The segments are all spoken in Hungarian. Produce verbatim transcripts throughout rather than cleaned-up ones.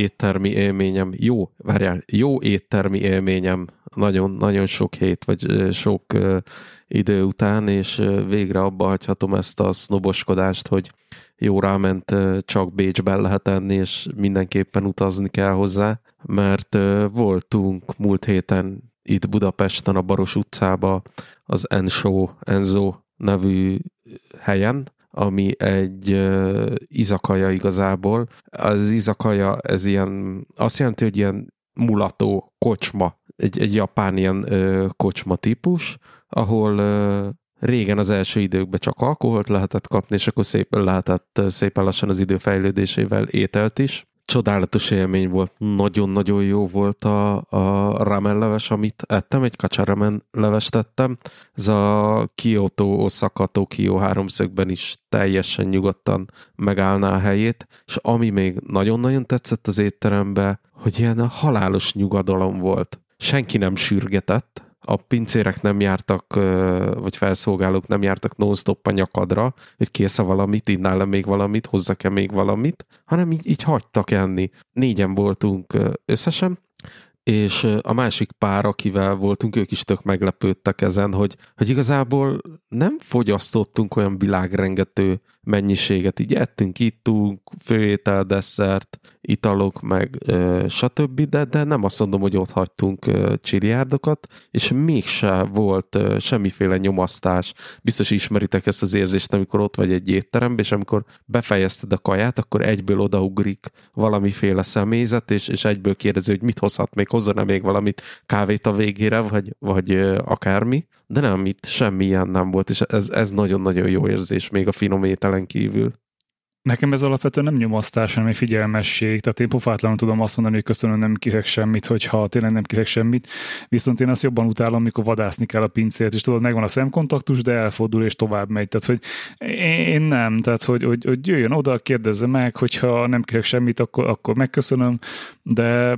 éttermi élményem, jó, várjál, jó éttermi élményem nagyon, nagyon sok hét, vagy sok uh, idő után, és uh, végre abba hagyhatom ezt a sznoboskodást, hogy jó ráment, uh, csak Bécsben lehet enni, és mindenképpen utazni kell hozzá, mert uh, voltunk múlt héten itt Budapesten, a Baros utcába, az Enzo, Enzo nevű helyen, ami egy uh, izakaja igazából. Az izakaja, ez ilyen, azt jelenti, hogy ilyen mulató kocsma, egy, egy japán ilyen uh, kocsma típus, ahol uh, régen az első időkben csak alkoholt lehetett kapni, és akkor szépen lehetett szépen lassan az idő fejlődésével ételt is. Csodálatos élmény volt, nagyon-nagyon jó volt a, a ramen leves, amit ettem, egy kacsa ramen levest ettem. Ez a Kyoto, Osaka, Tokió háromszögben is teljesen nyugodtan megállná a helyét, és ami még nagyon-nagyon tetszett az étterembe, hogy ilyen halálos nyugodalom volt. Senki nem sürgetett, a pincérek nem jártak, vagy felszolgálók nem jártak non-stop a nyakadra, hogy kész-e valamit, innál le még valamit, hozzak-e még valamit, hanem így, így hagytak enni. Négyen voltunk összesen, és a másik pár, akivel voltunk, ők is tök meglepődtek ezen, hogy, hogy igazából nem fogyasztottunk olyan világrengető mennyiséget, így ettünk, ittunk, főétel, desszert, italok, meg ö, stb., de, de nem azt mondom, hogy ott hagytunk ö, csiliárdokat, és mégse volt ö, semmiféle nyomasztás. Biztos ismeritek ezt az érzést, amikor ott vagy egy étteremben, és amikor befejezted a kaját, akkor egyből odaugrik valamiféle személyzet, és, és egyből kérdezi, hogy mit hozhat még, hozzon-e még valamit, kávét a végére, vagy, vagy ö, akármi, de nem, itt semmi ilyen nem volt, és ez, ez nagyon-nagyon jó érzés, még a finom ételen kívül. Nekem ez alapvetően nem nyomasztás, hanem egy figyelmesség, tehát én pofátlanul tudom azt mondani, hogy köszönöm, nem kérek semmit, hogyha tényleg nem kérek semmit, viszont én azt jobban utálom, amikor vadászni kell a pincért, és tudod, megvan a szemkontaktus, de elfordul és tovább megy, tehát hogy én nem, tehát hogy, hogy, hogy jöjjön oda, kérdezze meg, hogyha nem kérek semmit, akkor, akkor megköszönöm, de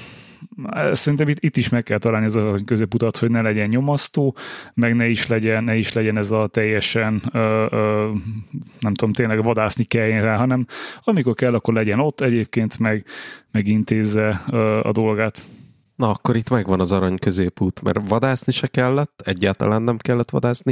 szerintem itt, itt is meg kell találni az a középutat, hogy ne legyen nyomasztó, meg ne is legyen, ne is legyen ez a teljesen ö, ö, nem tudom, tényleg vadászni kelljen rá, hanem amikor kell, akkor legyen ott, egyébként meg, meg intézze ö, a dolgát. Na, akkor itt megvan az arany középút, mert vadászni se kellett, egyáltalán nem kellett vadászni.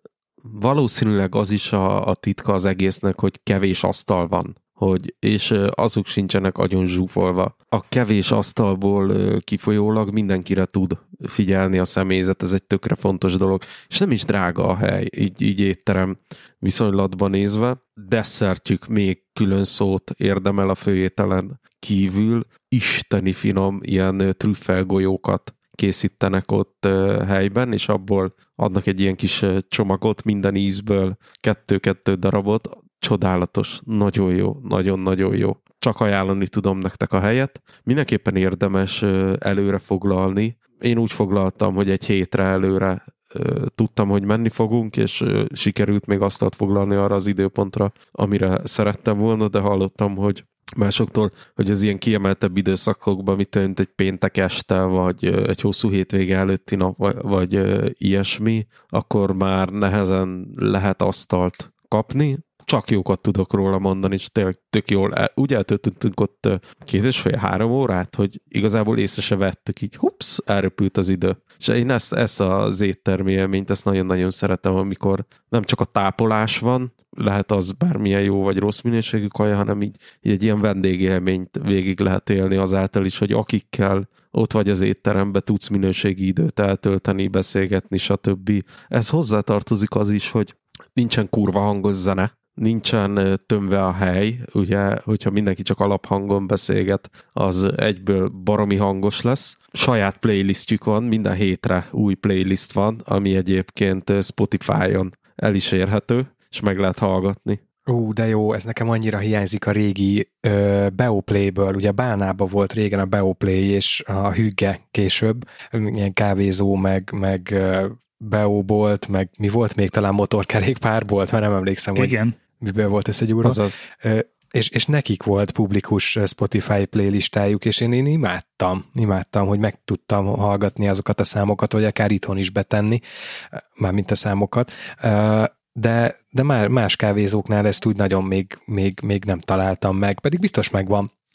Valószínűleg az is a, a titka az egésznek, hogy kevés asztal van. Hogy, és azok sincsenek agyon zsúfolva. A kevés asztalból kifolyólag mindenkire tud figyelni a személyzet, ez egy tökre fontos dolog, és nem is drága a hely, így, így étterem viszonylatban nézve. Desszertjük még külön szót érdemel a főételen kívül, isteni finom ilyen trüffelgolyókat készítenek ott helyben, és abból adnak egy ilyen kis csomagot minden ízből, kettő-kettő darabot. Csodálatos, nagyon jó, nagyon-nagyon jó. Csak ajánlani tudom nektek a helyet. Mindenképpen érdemes előre foglalni. Én úgy foglaltam, hogy egy hétre előre tudtam, hogy menni fogunk, és sikerült még asztalt foglalni arra az időpontra, amire szerettem volna, de hallottam, hogy másoktól, hogy az ilyen kiemeltebb időszakokban, mit történt egy péntek este, vagy egy hosszú hétvége előtti nap, vagy, vagy ilyesmi, akkor már nehezen lehet asztalt kapni. Csak jókat tudok róla mondani, és tényleg tök jól, el, úgy eltöltöttünk ott két és fél, három órát, hogy igazából észre se vettük, így hups, elröpült az idő. És én ezt, ezt az éttermi élményt, ezt nagyon-nagyon szeretem, amikor nem csak a tápolás van, lehet az bármilyen jó vagy rossz minőségű kaja, hanem így, így egy ilyen vendégélményt végig lehet élni azáltal is, hogy akikkel ott vagy az étterembe, tudsz minőségi időt eltölteni, beszélgetni, stb. Ez hozzátartozik az is, hogy nincsen kurva hangos zene, nincsen tömve a hely, ugye, hogyha mindenki csak alaphangon beszélget, az egyből baromi hangos lesz. Saját playlistjük van, minden hétre új playlist van, ami egyébként Spotify-on el is érhető, és meg lehet hallgatni. Ú, de jó, ez nekem annyira hiányzik a régi uh, Beoplayből, ugye Bálnában volt régen a Beoplay, és a Hügge később, ilyen kávézó, meg, meg uh, Beobolt, meg mi volt még, talán motorkerékpárbolt, mert nem emlékszem, igen, hogy miben volt ez egy óra. Azaz. Uh, és, és nekik volt publikus Spotify playlistájuk, és én, én imádtam, imádtam, hogy meg tudtam hallgatni azokat a számokat, vagy akár itthon is betenni, mármint a számokat, uh, de, de már más kávézóknál ezt úgy nagyon még, még, még nem találtam meg, pedig biztos megvan.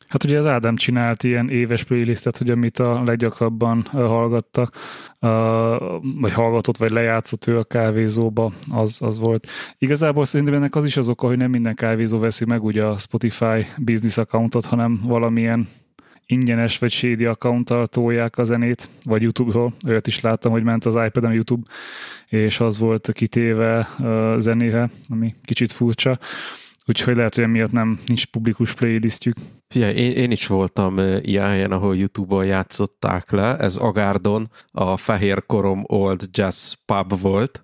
Hát ugye az Ádám csinált ilyen éves playlistet, hogy amit a leggyakrabban hallgattak, vagy hallgatott, vagy lejátszott ő a kávézóba, az, az volt. Igazából szerintem ennek az is az oka, hogy nem minden kávézó veszi meg ugye a Spotify business accountot, hanem valamilyen ingyenes vagy shady accounttal tolják a zenét, vagy YouTube-ról. Olyat is láttam, hogy ment az iPad-en a YouTube, és az volt kitéve a zenére, ami kicsit furcsa. Úgyhogy lehet, hogy emiatt nem nincs publikus playlistjük. Figyelj, én, én is voltam ilyen helyen, ahol YouTube-on játszották le. Ez Agárdon a Fehér Korom Old Jazz Pub volt,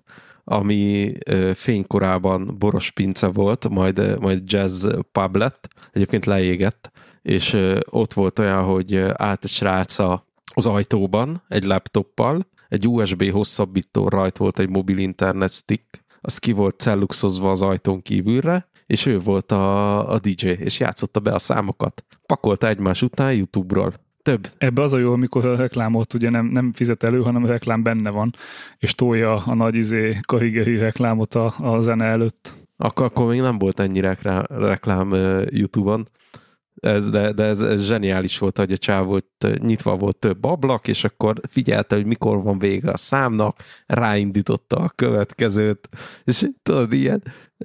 ami fénykorában boros pince volt, majd, majd jazz pub lett. Egyébként leégett, és ott volt olyan, hogy állt egy srác az ajtóban egy laptoppal, egy u es bé hosszabbító rajt volt egy mobil internet stick, az ki volt celluxozva az ajtón kívülre, és ő volt a, a dé dzsé, és játszotta be a számokat. Pakolta egymás után YouTube-ról. Több. Ebbe az a jó, amikor a reklámot ugye nem, nem fizet elő, hanem a reklám benne van, és tolja a nagy izé karigeri reklámot a, a zene előtt. Akkor, akkor még nem volt ennyi reklám, reklám uh, YouTube-on, ez, de, de ez, ez zseniális volt, hogy a csáv volt, nyitva volt több ablak, és akkor figyelte, hogy mikor van vége a számnak, ráindította a következőt, és tudod, ilyen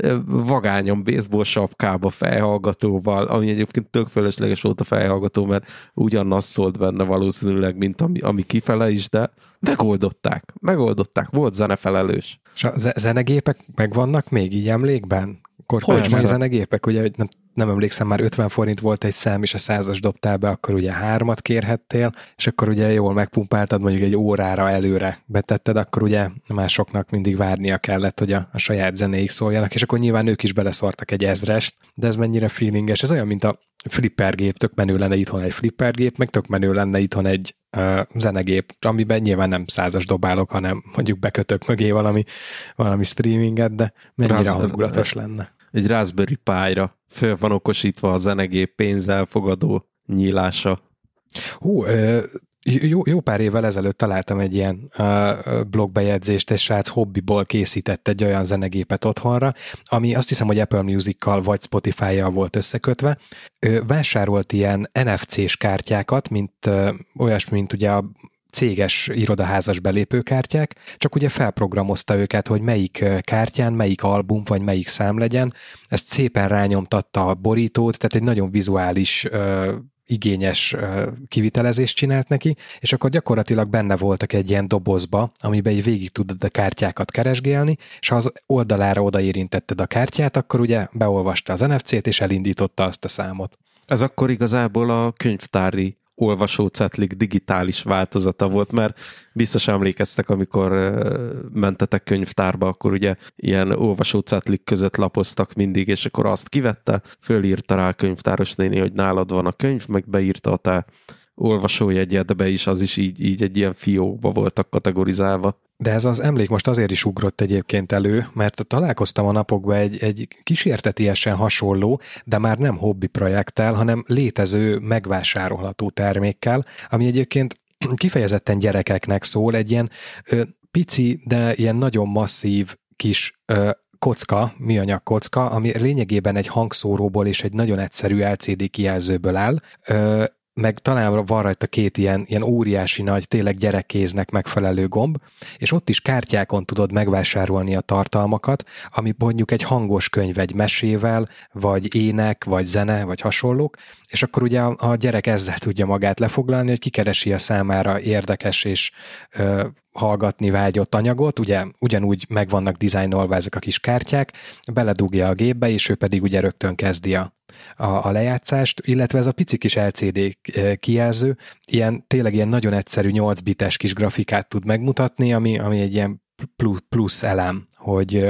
vagányan baseball sapkába, fejhallgatóval, ami egyébként tök fölösleges volt a fejhallgató, mert ugyanaz szólt benne valószínűleg, mint ami, ami kifele is, de megoldották, megoldották, volt zenefelelős. És a zenegépek megvannak még így emlékben? Kocsmai zenegépek, ugye nem, nem emlékszem, már ötven forint volt egy szám, és a százas dobtál be, akkor ugye hármat kérhettél, és akkor ugye jól megpumpáltad, mondjuk egy órára előre betetted, akkor ugye másoknak mindig várnia kellett, hogy a, a saját zenéik szóljanak, és akkor nyilván ők is beleszortak egy ezrest, de ez mennyire feelinges, ez olyan, mint a flippergép, tök menő lenne itthon egy flippergép, meg tök menő lenne itthon egy uh, zenegép, amiben nyilván nem százas dobálok, hanem mondjuk bekötök mögé valami, valami streaminget, de mennyire Raspberry, hangulatos lenne. Egy Raspberry Pi-ra föl van okosítva a zenegép pénzelfogadó nyílása. Hú, ö, jó, jó pár évvel ezelőtt találtam egy ilyen uh, blogbejegyzést, egy srác hobbiból készített egy olyan zenegépet otthonra, ami azt hiszem, hogy Apple Music-kal vagy Spotify-jal volt összekötve. Ő vásárolt ilyen en ef cés kártyákat, mint uh, olyasmi, mint ugye a céges irodaházas belépőkártyák, csak ugye felprogramozta őket, hogy melyik kártyán, melyik album, vagy melyik szám legyen. Ezt szépen rányomtatta a borítót, tehát egy nagyon vizuális, uh, igényes uh, kivitelezést csinált neki, és akkor gyakorlatilag benne voltak egy ilyen dobozba, amiben így végig tudod a kártyákat keresgélni, és ha az oldalára odaérintetted a kártyát, akkor ugye beolvasta az en ef cét, és elindította azt a számot. Ez akkor igazából a könyvtári olvasócetlik digitális változata volt, mert biztos emlékeztek, amikor mentetek könyvtárba, akkor ugye ilyen olvasócetlik között lapoztak mindig, és akkor azt kivette, fölírta rá a könyvtáros néni, hogy nálad van a könyv, meg beírta a te olvasójegyedbe is, az is így, így egy ilyen fiókba voltak kategorizálva. De ez az emlék most azért is ugrott egyébként elő, mert találkoztam a napokban egy, egy kísértetiesen hasonló, de már nem hobbi projekttel, hanem létező, megvásárolható termékkel, ami egyébként kifejezetten gyerekeknek szól, egy ilyen ö, pici, de ilyen nagyon masszív kis ö, kocka, műanyag kocka, ami lényegében egy hangszóróból és egy nagyon egyszerű el cé dé kijelzőből áll, ö, meg talán van rajta két ilyen, ilyen óriási nagy, tényleg gyerekkéznek megfelelő gomb, és ott is kártyákon tudod megvásárolni a tartalmakat, ami mondjuk egy hangos könyv egy mesével, vagy ének, vagy zene, vagy hasonlók, és akkor ugye a, a gyerek ezzel tudja magát lefoglalni, hogy kikeresi a számára érdekes és ö, hallgatni vágyott anyagot, ugye ugyanúgy meg vannak dizájnolva ezek a kis kártyák, beledugja a gépbe, és ő pedig ugye rögtön kezdi a, a, a lejátszást, illetve ez a pici kis el cé dé kijelző, ilyen, tényleg ilyen nagyon egyszerű nyolc bites kis grafikát tud megmutatni, ami, ami egy ilyen plusz elem, hogy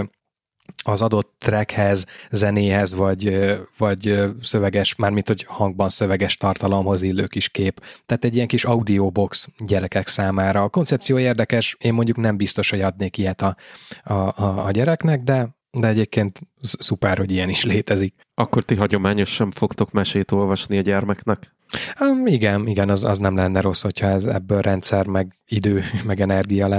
az adott trackhez, zenéhez, vagy, vagy szöveges, mármint hogy hangban szöveges tartalomhoz illő kis kép. Tehát egy ilyen kis audiobox gyerekek számára. A koncepció érdekes, én mondjuk nem biztos, hogy adnék ilyet a, a, a, a gyereknek, de, de egyébként szuper, hogy ilyen is létezik. Akkor ti hagyományosan fogtok mesét olvasni a gyermeknek? Um, igen, igen, az, az nem lenne rossz, hogyha ez ebből rendszer, meg idő, meg energia lenne.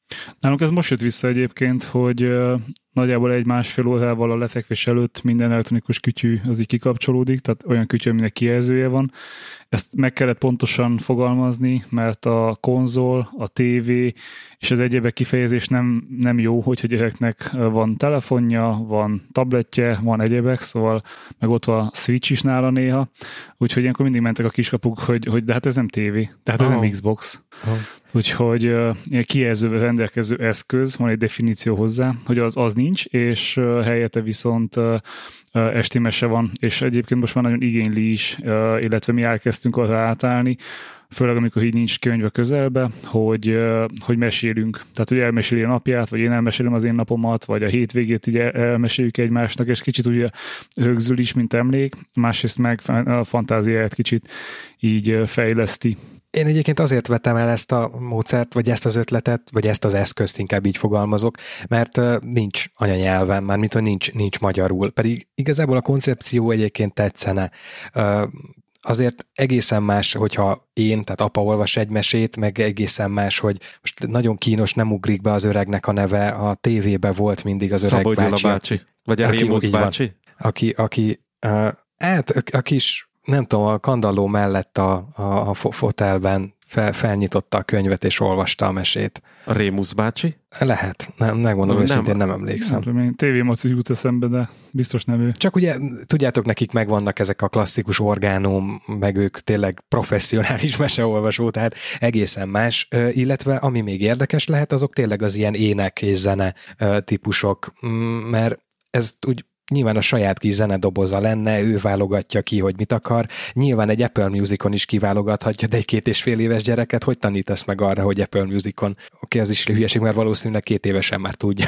Nálunk ez most jött vissza egyébként, hogy uh, nagyjából egy-másfél órával a lefekvés előtt minden elektronikus kütyű az így kikapcsolódik, tehát olyan kütyű, aminek kijelzője van. Ezt meg kellett pontosan fogalmazni, mert a konzol, a tévé és az egyébek kifejezés nem, nem jó, hogyha gyereknek van telefonja, van tabletje, van egyébek, szóval meg ott van a Switch is nála néha, úgyhogy ilyenkor mindig mentek a kiskapuk, hogy, hogy de hát ez nem tévé, tehát ez oh. nem Xbox. Oh. Úgyhogy uh, kijelzővel rendelkező eszköz, van egy definíció hozzá, hogy az, az nincs, és uh, helyette viszont uh, uh, es té em es-e van, és egyébként most már nagyon igényli is, uh, illetve mi elkezdtünk arra átállni, főleg amikor így nincs könyv a közelbe, hogy, uh, hogy mesélünk. Tehát, hogy elmeséli a napját, vagy én elmesélem az én napomat, vagy a hétvégét így elmeséljük egymásnak, és kicsit ugye rögzül is, mint emlék, másrészt meg a fantáziáját kicsit így uh, fejleszti. Én egyébként azért vettem el ezt a módszert, vagy ezt az ötletet, vagy ezt az eszközt, inkább így fogalmazok, mert uh, nincs anyanyelven, mármint, hogy nincs, nincs magyarul. Pedig igazából a koncepció egyébként tetszene. Uh, azért egészen más, hogyha én, tehát apa olvas egy mesét, meg egészen más, hogy most nagyon kínos, nem ugrik be az öregnek a neve, a tévébe volt mindig az öreg Szabó bácsi. bácsi. Vagy a Rémusz bácsi. Van, aki, aki uh, hát, a kis nem tudom, a kandalló mellett a, a, a fotelben fel, felnyitotta a könyvet és olvasta a mesét. A Rémusz bácsi? Lehet, nem, megmondom nem, őszintén, nem emlékszem. Nem, tévémoci jut eszembe, de biztos nem ő. Csak ugye, tudjátok, nekik megvannak ezek a klasszikus orgánum, meg ők tényleg professzionális meseolvasó, tehát egészen más, illetve ami még érdekes lehet, azok tényleg az ilyen ének és zene típusok, mert ez úgy nyilván a saját kis zenedoboza lenne, ő válogatja ki, hogy mit akar. Nyilván egy Apple Musicon is kiválogathatja, de egy két és fél éves gyereket hogy tanítasz meg arra, hogy Apple Musicon? Oké, okay, az is hülyeség, mert valószínűleg két évesen már tudja.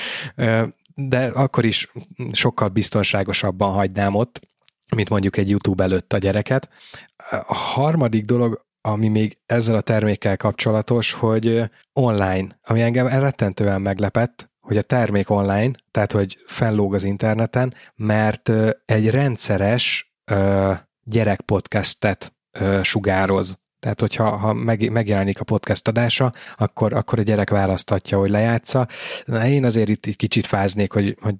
De akkor is sokkal biztonságosabban hagynám ott, mint mondjuk egy YouTube előtt a gyereket. A harmadik dolog, ami még ezzel a termékkel kapcsolatos, hogy online, ami engem rettentően meglepett, hogy a termék online, tehát hogy fellóg az interneten, mert egy rendszeres uh, gyerekpodcastet uh, sugároz. Tehát, hogyha ha meg, megjelenik a podcast adása, akkor, akkor a gyerek választhatja, hogy lejátsza. Na, én azért itt egy kicsit fáznék, hogy, hogy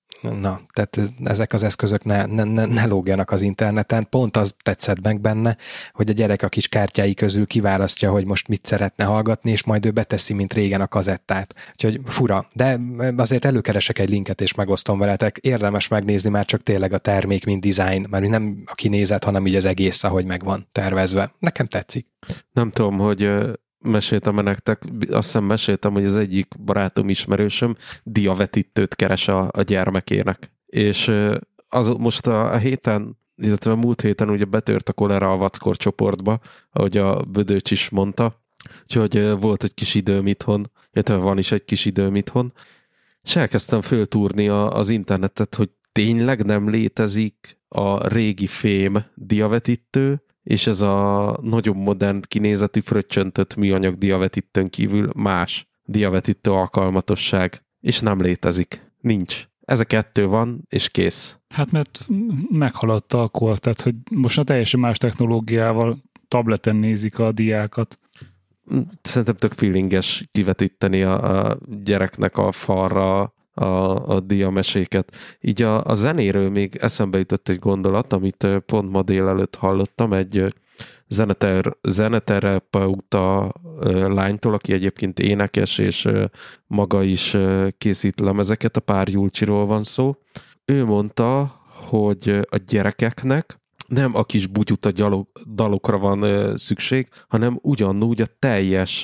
na, tehát ezek az eszközök ne, ne, ne, ne lógjanak az interneten. Pont az tetszett meg benne, hogy a gyerek a kis kártyái közül kiválasztja, hogy most mit szeretne hallgatni, és majd ő beteszi, mint régen a kazettát. Úgyhogy fura. De azért előkeresek egy linket, és megosztom veletek. Érdemes megnézni már csak tényleg a termék, mint design, mert nem a kinézet, hanem így az egész, ahogy meg van tervezve. Nekem tetszik. Nem tudom, hogy meséltem-e nektek, azt hiszem meséltem, hogy az egyik barátom, ismerősöm diavetítőt keres a, a gyermekének. És az most a, a héten, illetve a múlt héten ugye betört a kolera a vackor csoportba, ahogy a Bödöcs is mondta, úgyhogy volt egy kis időm itthon, illetve van is egy kis időm itthon, és elkezdtem föltúrni a, az internetet, hogy tényleg nem létezik a régi fém diavetítő, és ez a nagyon modern kinézetű fröccsöntött műanyag diavetítőn kívül más diavetítő alkalmatosság, és nem létezik. Nincs. Ez a kettő van, és kész. Hát mert meghaladta a kor, tehát hogy most a teljesen más technológiával tableten nézik a diákat. Szerintem tök feelinges kivetíteni a, a gyereknek a falra a, a diameséket. Így a, a zenéről még eszembe jutott egy gondolat, amit pont ma délelőtt hallottam, egy zeneter, zeneterapeuta lánytól, aki egyébként énekes, és maga is készít lemezeket, a Pár Julcsiról van szó. Ő mondta, hogy a gyerekeknek nem a kis butyuta dalokra van szükség, hanem ugyanúgy a teljes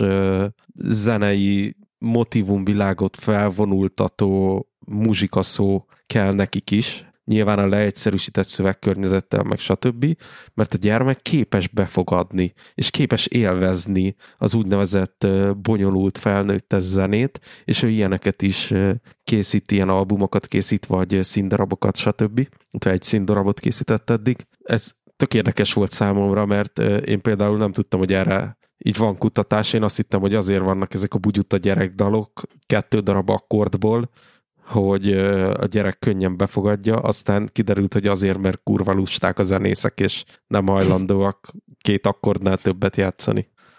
zenei motivumvilágot felvonultató muzsikaszó kell nekik is, nyilván a leegyszerűsített szövegkörnyezettel, meg stb., mert a gyermek képes befogadni, és képes élvezni az úgynevezett bonyolult felnőttes zenét, és ő ilyeneket is készít, ilyen albumokat készít, vagy színdarabokat, stb. Úgyhogy egy színdarabot készített eddig. Ez tök érdekes volt számomra, mert én például nem tudtam, hogy erre így van kutatás. Én azt hittem, hogy azért vannak ezek a bugyutta gyerekdalok, kettő darab akkordból, hogy a gyerek könnyen befogadja, aztán kiderült, hogy azért, mert kurva lusták a zenészek, és nem hajlandóak két akkordnál többet játszani.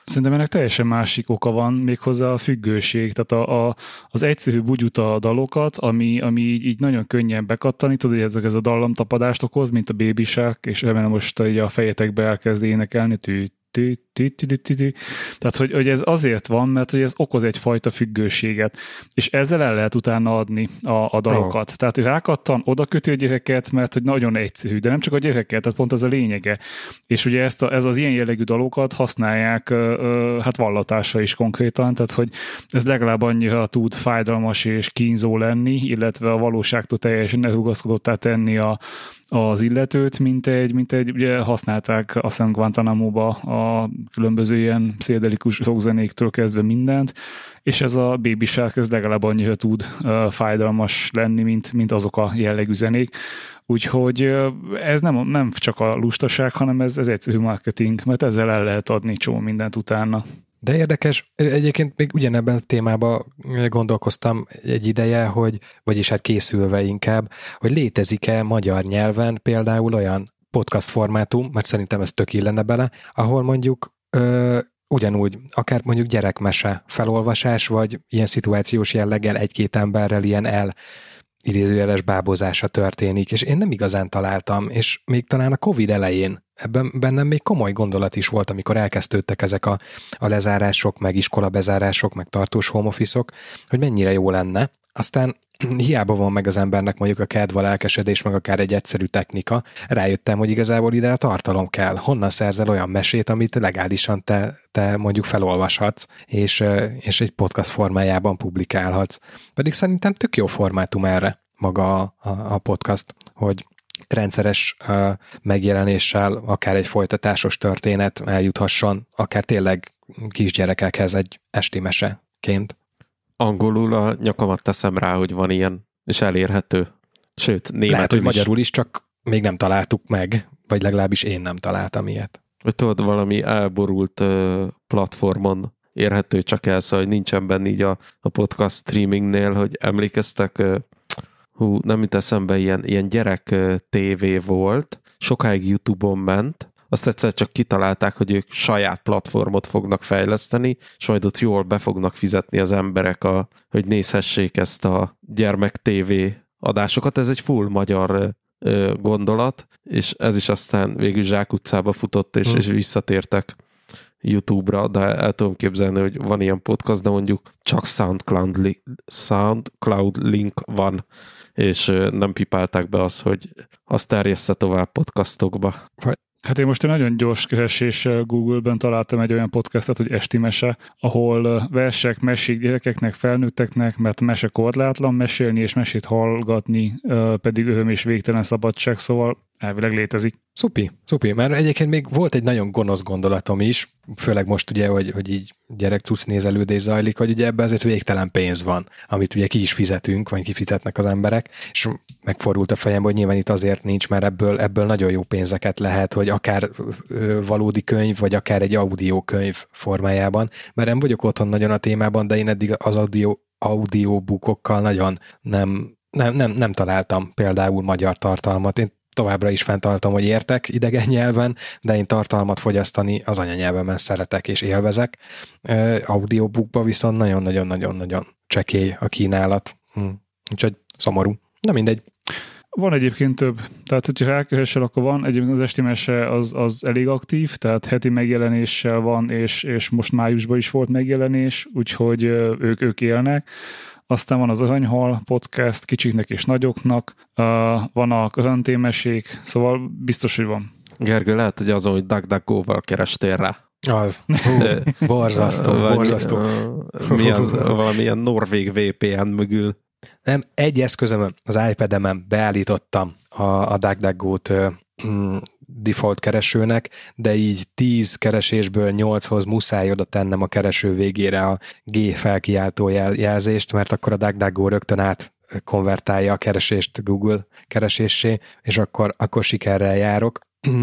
Szerintem ennek teljesen másik oka van, méghozzá a függőség. Tehát a, a, az egyszerű bugyuta dalokat, ami, ami így, így nagyon könnyen bekattani, tudod, hogy ez a dallamtapadást okoz, mint a Baby Shark, és ebben most így a fejetekbe elkezd énekelni, tű, tű, tű, tű, tű, tű. Tehát, hogy, hogy ez azért van, mert hogy ez okoz egyfajta függőséget, és ezzel el lehet utána adni a, a dalokat. Oh. Tehát, hogy rákattan, oda köti a gyereket, mert hogy nagyon egyszerű, de nem csak a gyereket, tehát pont az a lényege. És ugye ezt a, ez az ilyen jellegű dalokat használják ö, hát vallatásra is konkrétan, tehát, hogy ez legalább annyira tud fájdalmas és kínzó lenni, illetve a valóságtól teljesen elrugaszkodottá tenni a az illetőt, mint egy, mint egy, ugye használták azt hiszem Guantanamo-ba a különböző ilyen pszichedelikus rockzenéktől kezdve mindent, és ez a Baby Shark ez legalább annyira tud uh, fájdalmas lenni, mint, mint azok a jellegű zenék. Úgyhogy uh, ez nem, nem csak a lustaság, hanem ez, ez egyszerű marketing, mert ezzel el lehet adni csomó mindent utána. De érdekes, egyébként még ugyanebben a témában gondolkoztam egy ideje, hogy, vagyis hát készülve inkább, hogy létezik-e magyar nyelven például olyan podcast formátum, mert szerintem ez tök illene bele, ahol mondjuk ö, ugyanúgy, akár mondjuk gyerekmese felolvasás, vagy ilyen szituációs jelleggel egy-két emberrel ilyen el idézőjeles bábozása történik, és én nem igazán találtam, és még talán a Covid elején ebben bennem még komoly gondolat is volt, amikor elkezdődtek ezek a, a lezárások, meg iskolabezárások, meg tartós home office-ok, hogy mennyire jó lenne. Aztán hiába van meg az embernek mondjuk a kedv, a lelkesedés, meg akár egy egyszerű technika, rájöttem, hogy igazából ide a tartalom kell. Honnan szerzel olyan mesét, amit legálisan te, te mondjuk felolvashatsz, és, és egy podcast formájában publikálhatsz. Pedig szerintem tök jó formátum erre maga a, a, a podcast, hogy rendszeres uh, megjelenéssel akár egy folytatásos történet eljuthasson, akár tényleg kisgyerekekhez egy esti meseként. Angolul a nyakamat teszem rá, hogy van ilyen, és elérhető. Sőt, németül lehet, hogy is. Magyarul is, csak még nem találtuk meg, vagy legalábbis én nem találtam ilyet. Vagy tudod, valami elborult uh, platformon érhető csak el, szóval hogy nincsen benne így a, a podcast streamingnél, hogy emlékeztek, uh, hú, nem jut eszembe, ilyen, ilyen gyerek uh, tévé volt, sokáig YouTube-on ment, azt egyszer csak kitalálták, hogy ők saját platformot fognak fejleszteni, és majd ott jól be fognak fizetni az emberek, a, hogy nézhessék ezt a gyermek tévé adásokat. Ez egy full magyar ö, gondolat, és ez is aztán végül zsákutcába futott, és, hmm. és visszatértek YouTube-ra, de el tudom képzelni, hogy van ilyen podcast, de mondjuk csak SoundCloud, li- SoundCloud link van, és ö, nem pipálták be azt, hogy azt terjessze tovább podcastokba. Hát én most egy nagyon gyors kereséssel Google-ben találtam egy olyan podcastot, hogy Esti Mese, ahol versek, mesék gyerekeknek, felnőtteknek, mert mese korlátlan, mesélni és mesét hallgatni pedig öröm és végtelen szabadság, szóval elvileg létezik. Szupi, szupi, mert egyébként még volt egy nagyon gonosz gondolatom is, főleg most ugye, hogy, hogy így gyerekcucc nézelődés zajlik, hogy ugye ebben azért végtelen pénz van, amit ugye ki is fizetünk, vagy kifizetnek az emberek, és megfordult a fejembe, hogy nyilván itt azért nincs, mert ebből, ebből nagyon jó pénzeket lehet, hogy akár ö, valódi könyv, vagy akár egy audiokönyv formájában, mert nem vagyok otthon nagyon a témában, de én eddig az audio, audiobookokkal nagyon nem, nem, nem, nem találtam például magyar tartalmat. Én továbbra is fenntartom, hogy értek idegen nyelven, de én tartalmat fogyasztani az anyanyelvemen szeretek és élvezek. Audiobookba viszont nagyon-nagyon-nagyon-nagyon csekély a kínálat. Hm. Úgyhogy szomorú. Na mindegy. Van egyébként több. Tehát, hogyha rákeresel, akkor van. Egyébként az Esti Mese az, az elég aktív, tehát heti megjelenéssel van, és, és most májusban is volt megjelenés, úgyhogy ők, ők élnek. Aztán van az Aranyhal podcast kicsiknek és nagyoknak, uh, van a karanténmesék, szóval biztos, hogy van. Gergő, lehet, hogy azon, hogy DuckDuckGo-val kerestél rá. Az. Hú, borzasztó, borzasztó. Mi az? Valamilyen norvég vé pé en mögül. Nem, egy eszközömön, az iPad-emen beállítottam a, a DuckDuckGo-t mm, default keresőnek, de így tíz keresésből nyolchoz muszáj oda tennem a kereső végére a G felkiáltó jel- jelzést, mert akkor a DuckDuckGo rögtön át konvertálja a keresést Google keresésé, és akkor, akkor sikerrel járok.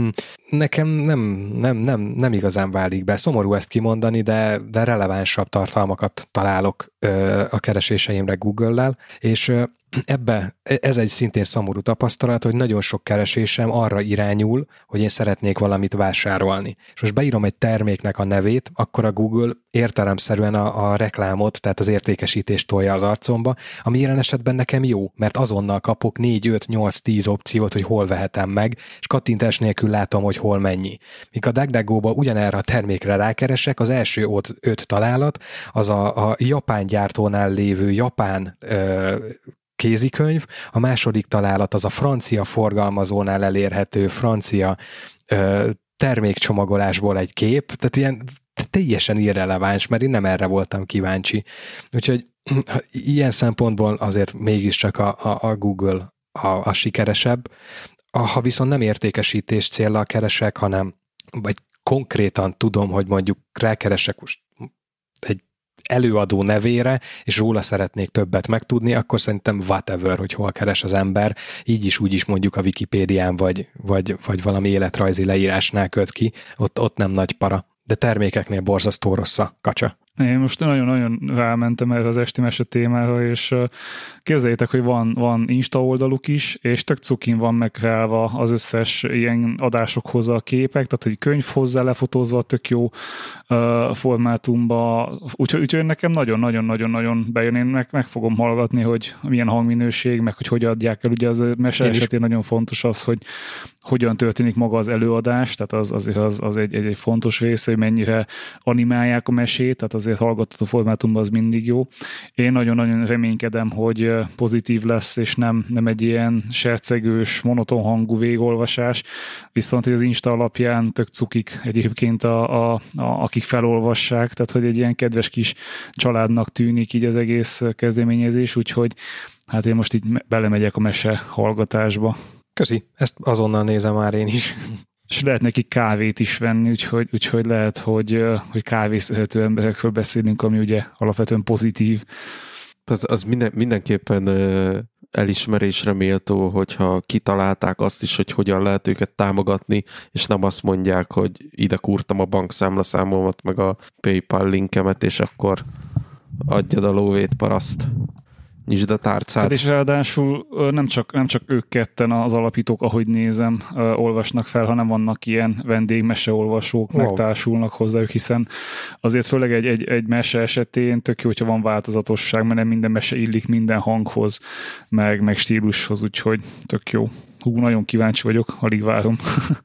Nekem nem, nem, nem, nem igazán válik be. Szomorú ezt kimondani, de, de relevánsabb tartalmakat találok ö, a kereséseimre Google-lel, és ö, ebbe, ez egy szintén szomorú tapasztalat, hogy nagyon sok keresésem arra irányul, hogy én szeretnék valamit vásárolni. És most beírom egy terméknek a nevét, akkor a Google értelemszerűen a, a reklámot, tehát az értékesítést tolja az arcomba, ami jelen esetben nekem jó, mert azonnal kapok négy, öt, nyolc, tíz opciót, hogy hol vehetem meg, és kattintás nélkül látom, hogy hol mennyi. Míg a DuckDuckGo-ba ugyanerre a termékre rákeresek, az első öt, öt találat, az a, a japán gyártónál lévő japán ö, kézikönyv, a második találat az a francia forgalmazónál elérhető francia ö, termékcsomagolásból egy kép, tehát ilyen teljesen irreleváns, mert én nem erre voltam kíváncsi. Úgyhogy ilyen szempontból azért mégiscsak a, a, a Google a, a sikeresebb. Ha viszont nem értékesítés céllal keresek, hanem vagy konkrétan tudom, hogy mondjuk rákeresek most egy előadó nevére, és róla szeretnék többet megtudni, akkor szerintem whatever, hogy hol keres az ember, így is, úgy is mondjuk a Wikipédián, vagy, vagy, vagy valami életrajzi leírásnál köt ki, ott, ott nem nagy para. De termékeknél borzasztó rossz a kacsa. Én most nagyon-nagyon rámentem erre az esti mese témára, és képzeljétek, hogy van, van Insta oldaluk is, és tök cukin van megreálva az összes ilyen adásokhoz a képek, tehát egy könyv hozzá lefotózva, tök jó uh, formátumba, úgyhogy, úgyhogy nekem nagyon-nagyon-nagyon-nagyon bejön, én meg, meg fogom hallgatni, hogy milyen hangminőség, meg hogy hogy adják el, ugye az mese esetén nagyon fontos az, hogy hogyan történik maga az előadás, tehát az, azért az, az egy, egy, egy fontos része, hogy mennyire animálják a mesét, tehát azért hallgatható formátumban az mindig jó. Én nagyon-nagyon reménykedem, hogy pozitív lesz, és nem, nem egy ilyen sercegős, monoton hangú végolvasás, viszont hogy az Insta alapján tök cukik egyébként a, a, a, akik felolvassák, tehát hogy egy ilyen kedves kis családnak tűnik így az egész kezdeményezés, úgyhogy hát én most így belemegyek a mese hallgatásba. Köszi, ezt azonnal nézem már én is. És lehet neki kávét is venni, úgyhogy, úgyhogy lehet, hogy, hogy kávészhető emberekről beszélünk, ami ugye alapvetően pozitív. Az, az minden, mindenképpen elismerésre méltó, hogyha kitalálták azt is, hogy hogyan lehet őket támogatni, és nem azt mondják, hogy ide kúrtam a bankszámlaszámomat, meg a PayPal linkemet, és akkor adjad a lóvét, paraszt. Nyisd a tárcát. Hát és ráadásul nem csak, nem csak ők ketten az alapítók, ahogy nézem, olvasnak fel, hanem vannak ilyen vendégmeseolvasók, wow. Megtársulnak hozzájuk, hiszen azért főleg egy, egy, egy mese esetén tök jó, hogyha van változatosság, mert nem minden mese illik minden hanghoz, meg, meg stílushoz, úgyhogy tök jó. Hú, nagyon kíváncsi vagyok, alig várom.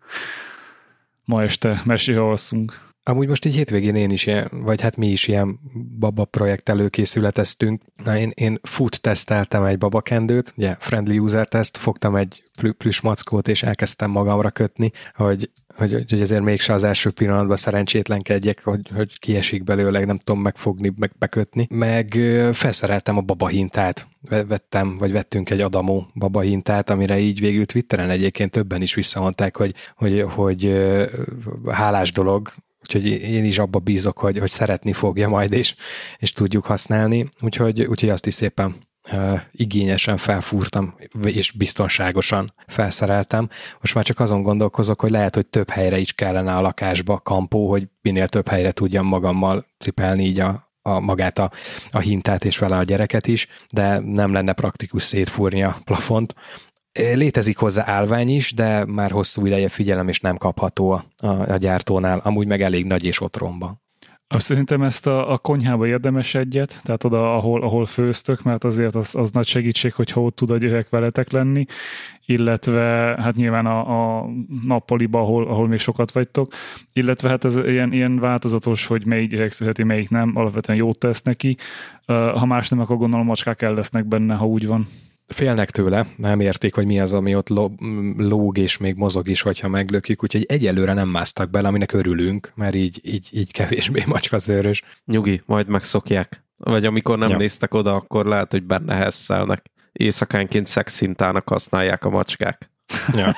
Ma este mesére alszunk. Amúgy most így hétvégén én is ilyen, vagy hát mi is ilyen baba projekt előkészületeztünk. Na, én, én food teszteltem egy babakendőt, ugye friendly user test, fogtam egy plüss mackót és elkezdtem magamra kötni, hogy, hogy, hogy ezért mégse az első pillanatban szerencsétlenkedjek, hogy, hogy kiesik belőle, nem tudom megfogni, meg bekötni. Meg felszereltem a babahintát. Vettem, vagy vettünk egy Adamo babahintát, amire így végül Twitteren egyébként többen is visszamondták, hogy, hogy, hogy hálás dolog, úgyhogy én is abba bízok, hogy, hogy szeretni fogja majd, és, és tudjuk használni. Úgyhogy, úgyhogy azt is szépen uh, igényesen felfúrtam, és biztonságosan felszereltem. Most már csak azon gondolkozok, hogy lehet, hogy több helyre is kellene a lakásba kampó, hogy minél több helyre tudjam magammal cipelni így a, a magát a, a hintát, és vele a gyereket is, de nem lenne praktikus szétfúrni a plafont. Létezik hozzá állvány is, de már hosszú ideje figyelem, és nem kapható a, a, a gyártónál, amúgy meg elég nagy és otromba. Szerintem ezt a, a konyhába érdemes egyet, tehát oda, ahol, ahol főztök, mert azért az, az nagy segítség, hogyha ott tud a gyerek veletek lenni, illetve hát nyilván a, a nappaliba, ahol, ahol még sokat vagytok, illetve hát ez ilyen, ilyen változatos, hogy melyik gyerek szereti, melyik nem, alapvetően jót tesz neki. Ha más nem, akkor gondolom macskák el lesznek benne, ha úgy van. Félnek tőle, nem érték, hogy mi az, ami ott lóg és még mozog is, hogyha meglökjük, úgyhogy egyelőre nem másztak bele, aminek örülünk, mert így, így, így kevésbé macskaszőrös. Nyugi, majd megszokják. Vagy amikor nem ja. néztek oda, akkor lehet, hogy benne hesszelnek. Éjszakánként szexhintának használják a macskák. Ja.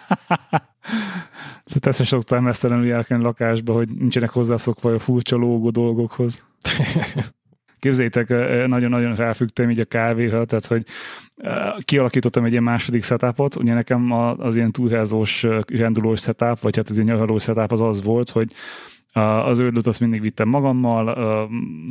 Szóval ezt szoktál mesztelenül járkálni lakásba, hogy nincsenek hozzászokva a furcsa lógó dolgokhoz. Képzeljétek, nagyon-nagyon ráfügtem így a kávéra, tehát hogy kialakítottam egy ilyen második setupot, ugye nekem az ilyen túrázós, rendulós setup, vagy hát az ilyen nyaralós setup az az volt, hogy az ördöt azt mindig vittem magammal,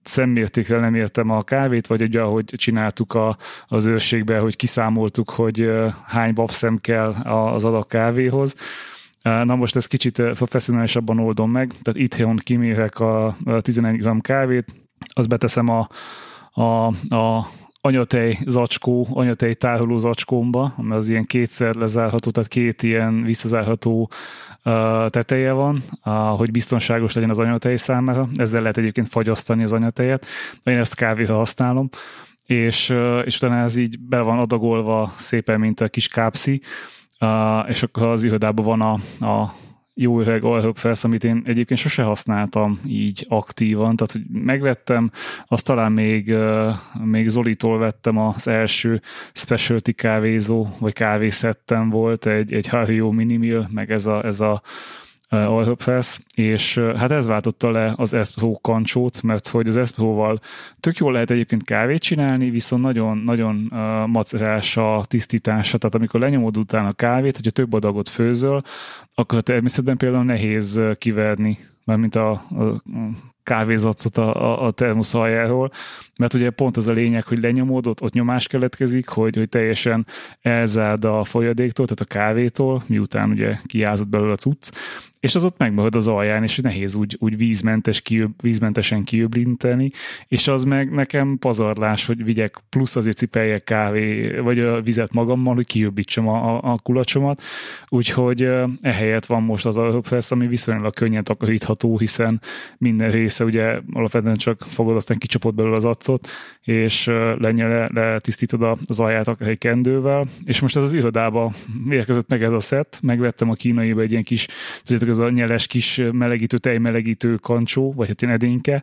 szemmértékkel nem értem a kávét, vagy ugye ahogy csináltuk a, az őrségbe, hogy kiszámoltuk, hogy hány babszem kell az adag kávéhoz. Na most ezt kicsit professzionálisabban oldom meg, tehát itthon kimérek a tizenegy gramm kávét, azt beteszem a, a, a anyatej zacskó, anyatej tároló zacskómba, ami az ilyen kétszer lezárható, tehát két ilyen visszazárható uh, teteje van, uh, hogy biztonságos legyen az anyatej számára. Ezzel lehet egyébként fagyasztani az anyatejet. Én ezt kávéra használom, és, uh, és utána ez így be van adagolva szépen, mint a kis kápszi, uh, és akkor az irodában van a, a jó öreg Aeropress, amit én egyébként sose használtam így aktívan, tehát hogy megvettem, azt talán még, még Zolitól vettem az első specialty kávézó, vagy kávészettem volt, egy, egy Hario Minimill, meg ez a, ez a Aeropress, és hát ez váltotta le az Espro kancsót, mert hogy az Espróval tök jól lehet egyébként kávét csinálni, viszont nagyon, nagyon uh, macerás a tisztítása, tehát amikor lenyomod utána a kávét, hogyha több adagot főzöl, akkor a természetben például nehéz kiverni, mármint a, a kávézacot a, a termosz aljáról, mert ugye pont az a lényeg, hogy lenyomod, ott, ott nyomás keletkezik, hogy, hogy teljesen elzárd a folyadéktól, tehát a kávétól, miután ugye kiázott belőle a cucc, és az ott megmarad az alján, és nehéz úgy, úgy vízmentes kiöb, vízmentesen kiöblinteni, és az meg nekem pazarlás, hogy vigyek plusz azért cipeljek kávé, vagy a vizet magammal, hogy kiöblítsem a, a, a kulacsomat, úgyhogy ehelyett van most az Aeropress, ami viszonylag könnyen takarítható, hiszen minden része ugye alapvetően csak fogod, aztán kicsapod belőle az acot, és lenyele, letisztítod az alját akár egy kendővel, és most ez az irodába érkezett meg ez a szett, megvettem a kínaiba egy ilyen kis, tudjátok, ez a nyeles kis melegítő, tejmelegítő kancsó, vagy hát ilyen edényke,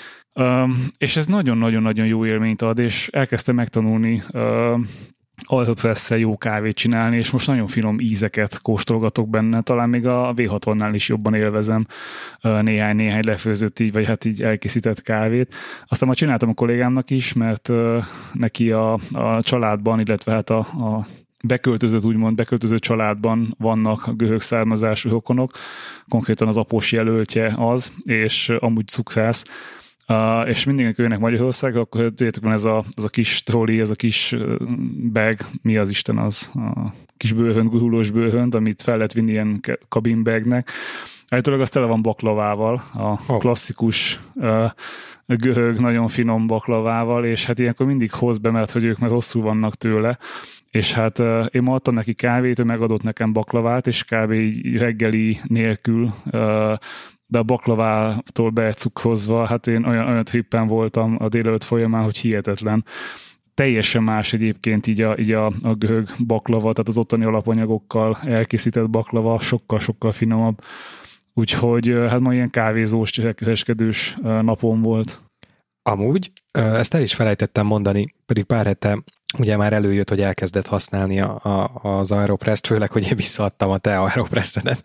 um, és ez nagyon-nagyon-nagyon jó élményt ad, és elkezdtem megtanulni um, Aeropress-szel jó kávét csinálni, és most nagyon finom ízeket kóstolgatok benne, talán még a vé hatvannál is jobban élvezem néhány-néhány lefőzött így, vagy hát így elkészített kávét. Aztán már csináltam a kollégámnak is, mert uh, neki a, a családban, illetve hát a, a beköltözött, úgymond beköltözött családban vannak görög származású rokonok, konkrétan az após jelöltje az, és amúgy cukrász, Uh, és mindenki jönnek Magyarországra, akkor tudjátok, van ez a, ez a kis trolli, ez a kis bag, mi az Isten az, a kis bőrönt, gurulós bőrönt, amit fel lehet vinni ilyen kabinbagnek. Állítólag az tele van baklavával, a oh. klasszikus uh, görög, nagyon finom baklavával, és hát ilyenkor mindig hoz be, mert hogy ők már rosszul vannak tőle, és hát uh, én ma adtam neki kávét, ő megadott nekem baklavát, és kb. Reggeli nélkül uh, de a baklavától becukkozva, hát én olyan, olyan trippen voltam a délelőtt folyamán, hogy hihetetlen. Teljesen más egyébként így a, így a, a görög baklava, tehát az ottani alapanyagokkal elkészített baklava, sokkal-sokkal finomabb. Úgyhogy hát ma ilyen kávézós, kereskedős napom volt. Amúgy, ezt el is felejtettem mondani, pedig pár hete ugye már előjött, hogy elkezdett használni a, a, az Aeropress-t, főleg, hogy én visszaadtam a te Aeropress-edet,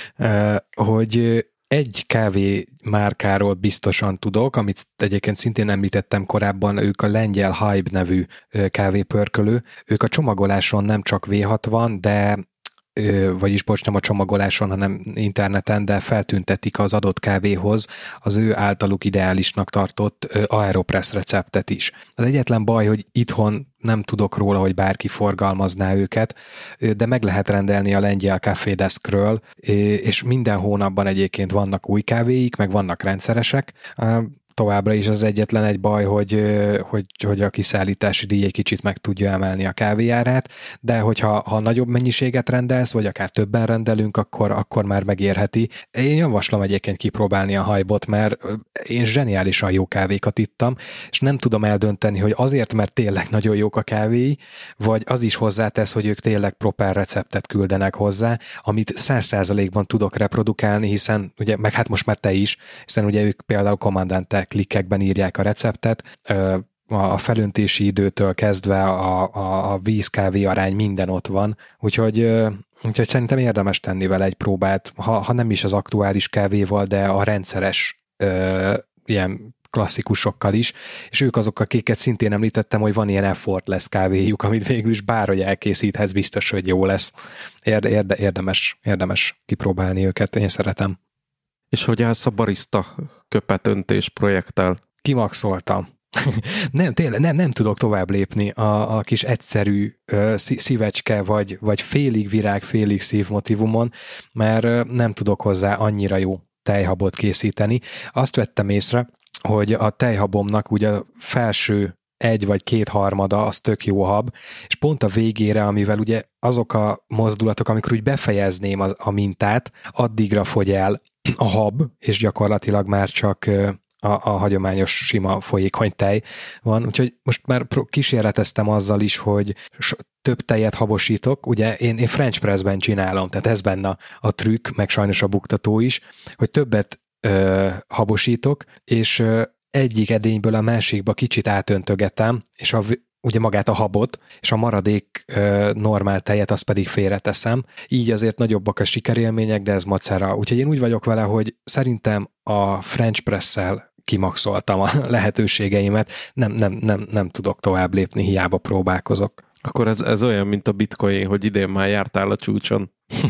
hogy egy kávé márkáról biztosan tudok, amit egyébként szintén említettem korábban, ők a lengyel Hybe nevű kávépörkölő. Ők a csomagoláson nem csak vé hatvan, de vagyis bocs, nem a csomagoláson, hanem interneten, de feltüntetik az adott kávéhoz az ő általuk ideálisnak tartott Aeropress receptet is. Az egyetlen baj, hogy itthon nem tudok róla, hogy bárki forgalmazná őket, de meg lehet rendelni a lengyel Café Deskről, és minden hónapban egyébként vannak új kávéik, meg vannak rendszeresek. Továbbra is az egyetlen egy baj, hogy, hogy, hogy a kiszállítási díj egy kicsit meg tudja emelni a kávéjárát, de hogyha ha nagyobb mennyiséget rendelsz, vagy akár többen rendelünk, akkor, akkor már megérheti. Én javaslom egyébként kipróbálni a Hybe-ot, mert én zseniálisan jó kávékat ittam, és nem tudom eldönteni, hogy azért, mert tényleg nagyon jók a kávéi, vagy az is hozzátesz, hogy ők tényleg proper receptet küldenek hozzá, amit száz százalékban tudok reprodukálni, hiszen ugye, meg hát most már te is, hiszen ugye ők például Commandante klikkekben írják a receptet, a felöntési időtől kezdve a, a, a víz-kávé arány minden ott van, úgyhogy, úgyhogy szerintem érdemes tenni vele egy próbát, ha, ha nem is az aktuális kávéval, de a rendszeres ö, ilyen klasszikusokkal is, és ők azok, akiket szintén említettem, hogy van ilyen effortless kávéjuk, amit végül is bárhogy elkészíthetsz, biztos, hogy jó lesz. Érde, érde, érdemes, érdemes kipróbálni őket, én szeretem. És hogy állsz a barista köpetöntés projekttel? kimaxoltam. nem, tényleg nem, nem tudok tovább lépni a, a kis egyszerű uh, szívecske, vagy, vagy félig virág, félig szív motivumon, mert uh, nem tudok hozzá annyira jó tejhabot készíteni. Azt vettem észre, hogy a tejhabomnak ugye a felső egy vagy két harmada az tök jó hab, és pont a végére, amivel ugye azok a mozdulatok, amikor úgy befejezném a, a mintát, addigra fogy el a hab, és gyakorlatilag már csak a, a hagyományos sima folyékony tej van. Úgyhogy most már kísérleteztem azzal is, hogy több tejet habosítok. Ugye én, én French pressben csinálom, tehát ez benne a, a trükk, meg sajnos a buktató is, hogy többet ö, habosítok, és ö, egyik edényből a másikba kicsit átöntögetem, és a, ugye magát a habot, és a maradék ö, normál tejet azt pedig félreteszem. Így azért nagyobbak a sikerélmények, de ez macera. Úgyhogy én úgy vagyok vele, hogy szerintem a French press-szel kimaxoltam a lehetőségeimet, nem, nem, nem, nem tudok tovább lépni, hiába próbálkozok. Akkor ez, ez olyan, mint a bitcoin, hogy idén már jártál a csúcson.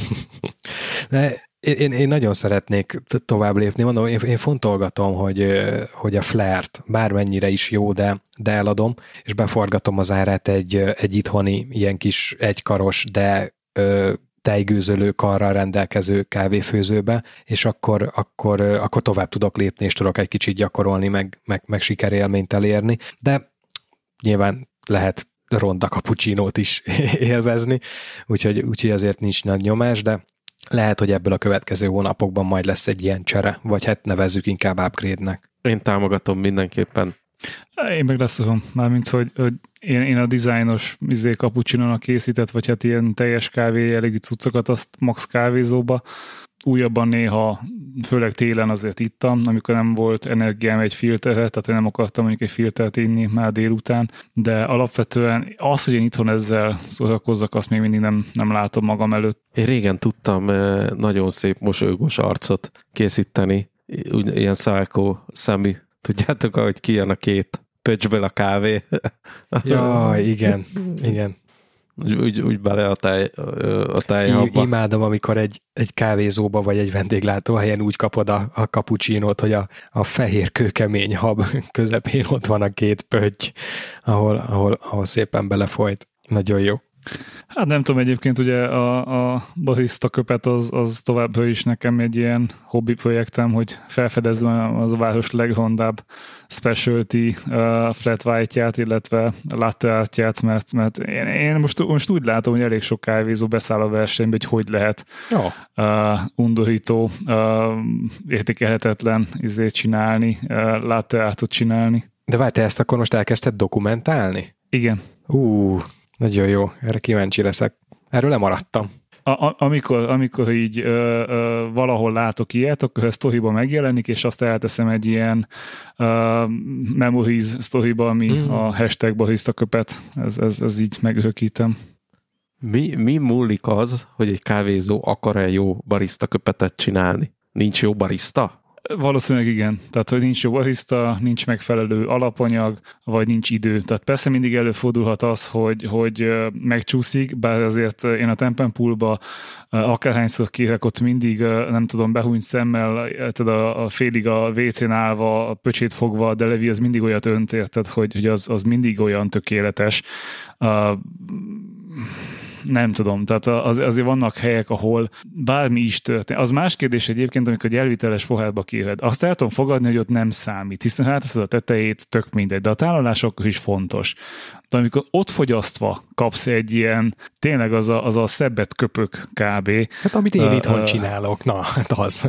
De én, én nagyon szeretnék tovább lépni. Mondom, én, én fontolgatom, hogy, hogy a Flare-t bármennyire is jó, de, de eladom, és beforgatom az árát egy, egy itthoni ilyen kis egykaros, de ö, tejgőzölő karral rendelkező kávéfőzőbe, és akkor, akkor, akkor tovább tudok lépni, és tudok egy kicsit gyakorolni, meg, meg, meg sikerélményt elérni, de nyilván lehet ronda cappuccinót is élvezni, úgyhogy, úgyhogy azért nincs nagy nyomás, de lehet, hogy ebből a következő hónapokban majd lesz egy ilyen csere, vagy hát nevezzük inkább upgrade-nek. Én támogatom mindenképpen. Én meg leszokom, mármint, hogy, hogy én, én a dizájnos izé cappuccinónak készített, vagy hát ilyen teljes kávé jellegű cuccokat, azt max kávézóba. Újabban néha, főleg télen azért ittam, amikor nem volt energiám egy filterre, tehát én nem akartam mondjuk egy filtert inni már délután, de alapvetően az, hogy én itthon ezzel szórakozzak, azt még mindig nem, nem látom magam előtt. Én régen tudtam nagyon szép mosolygós arcot készíteni, ilyen Psycho szemű. Tudjátok, ahogy kijön a két pöcsből a kávé? Ja, igen, igen. Úgy, úgy, úgy bele a, tej, a tejhabba. Imádom, amikor egy, egy kávézóba vagy egy vendéglátóhelyen úgy kapod a, a cappuccinót, hogy a, a fehér kőkemény hab közepén ott van a két pötty, ahol, ahol, ahol szépen belefolyt. Nagyon jó. Hát nem tudom, egyébként ugye a, a barista köpet az, az továbbra is nekem egy ilyen hobbi projektem, hogy felfedezzem az a város legrondább specialty uh, flat white-ját, illetve latte art-ját, mert, mert én, én most, most úgy látom, hogy elég sok kávézó beszáll a versenybe, hogy hogy lehet oh. uh, undorító, uh, értékelhetetlen izét csinálni, uh, latte artot csinálni. De várj, te ezt akkor most elkezdted dokumentálni? Igen. Ú, nagyon jó, erre kíváncsi leszek. Erről lemaradtam. A, a, amikor, amikor így ö, ö, valahol látok ilyet, akkor ez sztoriba megjelenik, és azt elteszem egy ilyen ö, memories sztoriba, ami mm. a hashtag barista köpet. Ez, ez, ez így megörökítem. Mi, mi múlik az, hogy egy kávézó akar-e jó barista köpetet csinálni? Nincs jó barista? Valószínűleg igen. Tehát, hogy nincs jó barista, nincs megfelelő alapanyag, vagy nincs idő. Tehát persze mindig előfordulhat az, hogy, hogy megcsúszik, bár azért én a Tempenpoolba akárhányszor kérek, ott mindig, nem tudom, behúnyt szemmel, tehát a, a félig a vécén állva, a pöcsét fogva, de Levi az mindig olyat önt, érted, hogy, hogy az, az mindig olyan tökéletes. Uh, Nem tudom, tehát az, azért vannak helyek, ahol bármi is történik. Az más kérdés egyébként, amikor egy elviteles pohárba kéred. Azt el tudom fogadni, hogy ott nem számít, hiszen hát a tetejét tök mindegy, de a tálalás akkor is fontos. De amikor ott fogyasztva kapsz egy ilyen, tényleg az a, az a szebbet köpök kb. Hát amit én itthon uh, csinálok, na, hát az.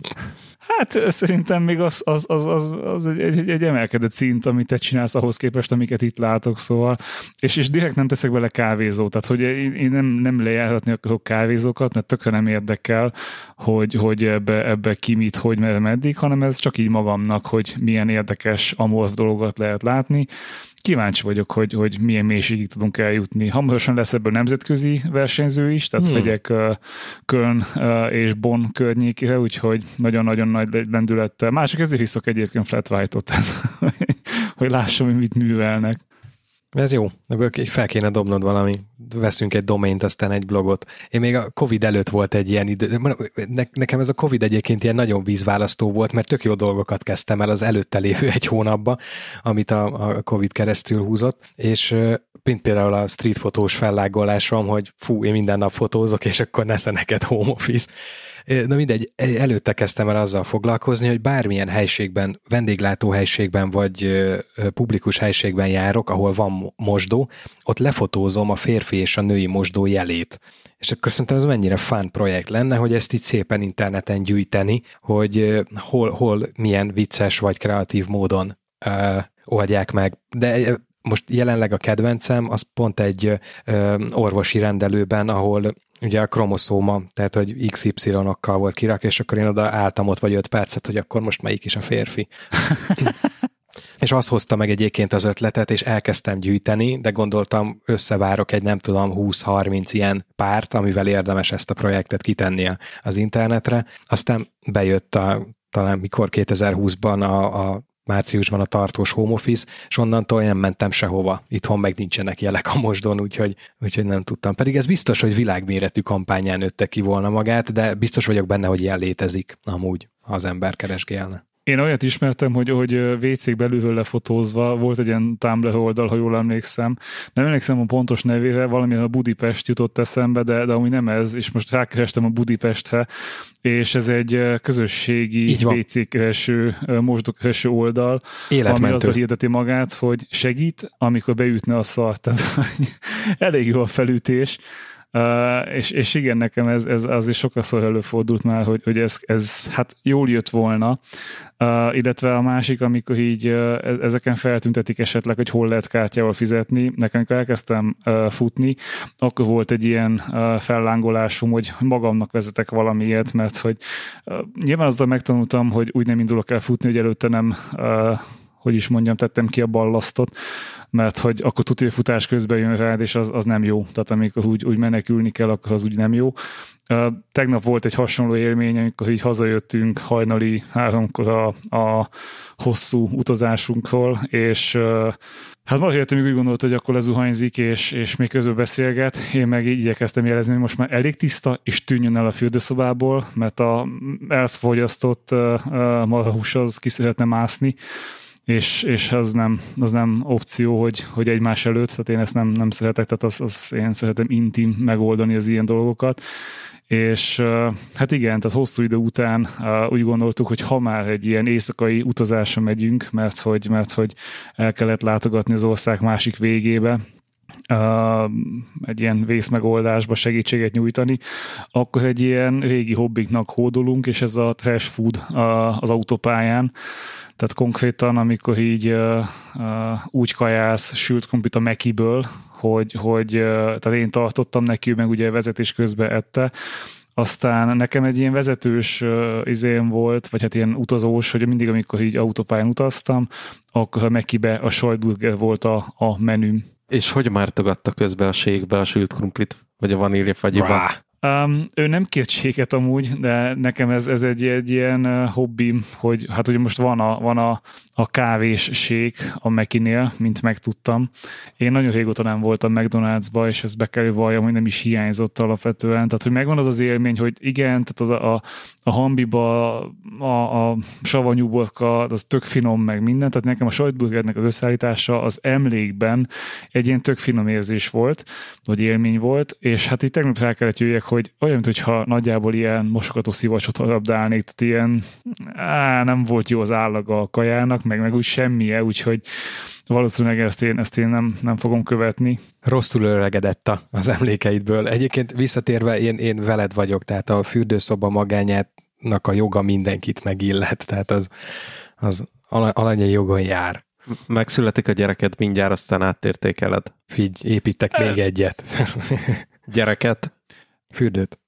Hát szerintem még az, az, az, az, az egy, egy, egy emelkedett szint, amit te csinálsz ahhoz képest, amiket itt látok, szóval. És, és direkt nem teszek vele kávézót, tehát hogy én, én nem, nem lejáratni akarok kávézókat, mert tökre nem érdekel, hogy, hogy ebbe, ebbe ki mit, hogy meddig, hanem ez csak így magamnak, hogy milyen érdekes amorf dolgokat lehet látni. Kíváncsi vagyok, hogy, hogy milyen mélységig tudunk eljutni. Hamarosan lesz ebből nemzetközi versenyző is, tehát hmm. megyek uh, Köln uh, és Bonn környékére, úgyhogy nagyon-nagyon nagy lendülettel. Mások ezért hiszok egyébként flat white-ot, hogy lássam, hogy mit művelnek. Ez jó, ebből fel kéne dobnod valami, veszünk egy domaint, aztán egy blogot. Én még a Covid előtt volt egy ilyen idő, nekem ez a Covid egyébként ilyen nagyon vízválasztó volt, mert tök jó dolgokat kezdtem el az előtte lévő egy hónapba, amit a, a Covid keresztül húzott, és mint például a street fotós fellágolásom, hogy fú, én minden nap fotózok, és akkor nesze neked home office. Na mindegy, előtte kezdtem el azzal foglalkozni, hogy bármilyen helységben, vendéglátóhelységben vagy publikus helységben járok, ahol van mosdó, ott lefotózom a férfi és a női mosdó jelét. És akkor szerintem ez mennyire fun projekt lenne, hogy ezt így szépen interneten gyűjteni, hogy hol, hol milyen vicces vagy kreatív módon uh, oldják meg. De most jelenleg a kedvencem, az pont egy uh, orvosi rendelőben, ahol ugye a kromoszóma, tehát hogy iksz ipszilonokkal volt kirak, és akkor én oda álltam ott vagy öt percet, hogy akkor most melyik is a férfi. És azt hozta meg egyébként az ötletet, és elkezdtem gyűjteni, de gondoltam, összevárok egy nem tudom húsz-harminc ilyen párt, amivel érdemes ezt a projektet kitenni az internetre. Aztán bejött a, talán mikor kétezer-húszban a, a márciusban a tartós home office, és onnantól én nem mentem sehova. Itthon meg nincsenek jelek a mosdón, úgyhogy, úgyhogy nem tudtam. Pedig ez biztos, hogy világméretű kampányán nőtte ki volna magát, de biztos vagyok benne, hogy ilyen létezik amúgy, ha az ember keresgélne. Én olyat ismertem, hogy, hogy vé cék belülről lefotózva volt egy ilyen Tumblr oldal, ha jól emlékszem. Nem emlékszem a pontos nevére, valamilyen a Budapest jutott eszembe, de, de amúgy nem ez, és most rákerestem a Budapestre, és ez egy közösségi vé cé-kereső, mosdókereső oldal, életmentő, ami azzal hirdeti magát, hogy segít, amikor beütne a szart. Tehát elég jó a felütés. Uh, és, és igen, nekem ez, ez azért sokszor előfordult már, hogy, hogy ez, ez hát jól jött volna, uh, illetve a másik, amikor így uh, ezeken feltüntetik esetleg, hogy hol lehet kártyával fizetni. Nekem, amikor elkezdtem uh, futni, akkor volt egy ilyen uh, fellángolásom, hogy magamnak vezetek valamiért, mert hogy uh, nyilván azzal megtanultam, hogy úgy nem indulok el futni, hogy előtte nem uh, hogy is mondjam, tettem ki a ballasztot, mert hogy akkor tudja, hogy futás közben jön rád, és az, az nem jó. Tehát amikor úgy, úgy menekülni kell, akkor az úgy nem jó. Uh, tegnap volt egy hasonló élmény, amikor így hazajöttünk hajnali háromkor a, a hosszú utazásunkról, és uh, hát most értem, úgy gondolt, hogy akkor lezuhanyzik, és, és még közben beszélget. Én meg így igyekeztem jelezni, hogy most már elég tiszta, és tűnjön el a fürdőszobából, mert a elfogyasztott uh, uh, marhahús az ki szeretne mászni, és, és az, nem, az nem opció, hogy, hogy egymás előtt, tehát én ezt nem, nem szeretek, tehát az, az én szeretem intim megoldani az ilyen dolgokat, és hát igen, tehát hosszú idő után úgy gondoltuk, hogy ha már egy ilyen éjszakai utazásra megyünk, mert hogy, mert hogy el kellett látogatni az ország másik végébe, Uh, egy ilyen vészmegoldásba segítséget nyújtani, akkor egy ilyen régi hobbiknak hódolunk, és ez a trash food uh, az autópályán. Tehát konkrétan, amikor így uh, uh, úgy kajálsz sült krumplit a Mekiből, hogy, hogy uh, tehát én tartottam neki, meg ugye vezetés közben ette, aztán nekem egy ilyen vezetős uh, izém volt, vagy hát ilyen utazós, hogy mindig, amikor így autópályán utaztam, akkor a Mekibe a sajtburger volt a, a menüm. És hogy mártogatta közbe a sékbe a sült krumplit, vagy a vaníliafagyiba? Um, ő nem kért séket amúgy, de nekem ez, ez egy, egy ilyen uh, hobbim, hogy hát ugye most van a, van a, a kávés sék a Mekinél, mint megtudtam. Én nagyon régóta nem voltam McDonald'sba, és ezt be kell valljam, hogy nem is hiányzott alapvetően. Tehát, hogy megvan az az élmény, hogy igen, tehát az a, a, a hambiba, a, a savanyúborka, az tök finom, meg minden, tehát nekem a sajtburgernek az összeállítása az emlékben egy ilyen tök finom érzés volt, vagy élmény volt, és hát itt tegnap fel kellett jöjjek, hogy olyan, mintha nagyjából ilyen mosogató szivacsot harabdálnék, tehát ilyen á, nem volt jó az állaga a kajának, meg, meg úgy semmije, úgyhogy valószínűleg ezt én, ezt én nem, nem fogom követni. Rosszul öregedett az emlékeidből. Egyébként visszatérve én, én veled vagyok, tehát a fürdőszoba magányának a joga mindenkit megillet, tehát az, az alanyai jogon jár. Megszületik a gyereket, mindjárt aztán áttértékeled. Figy, építek még egyet. Gyereket? Fürdőt.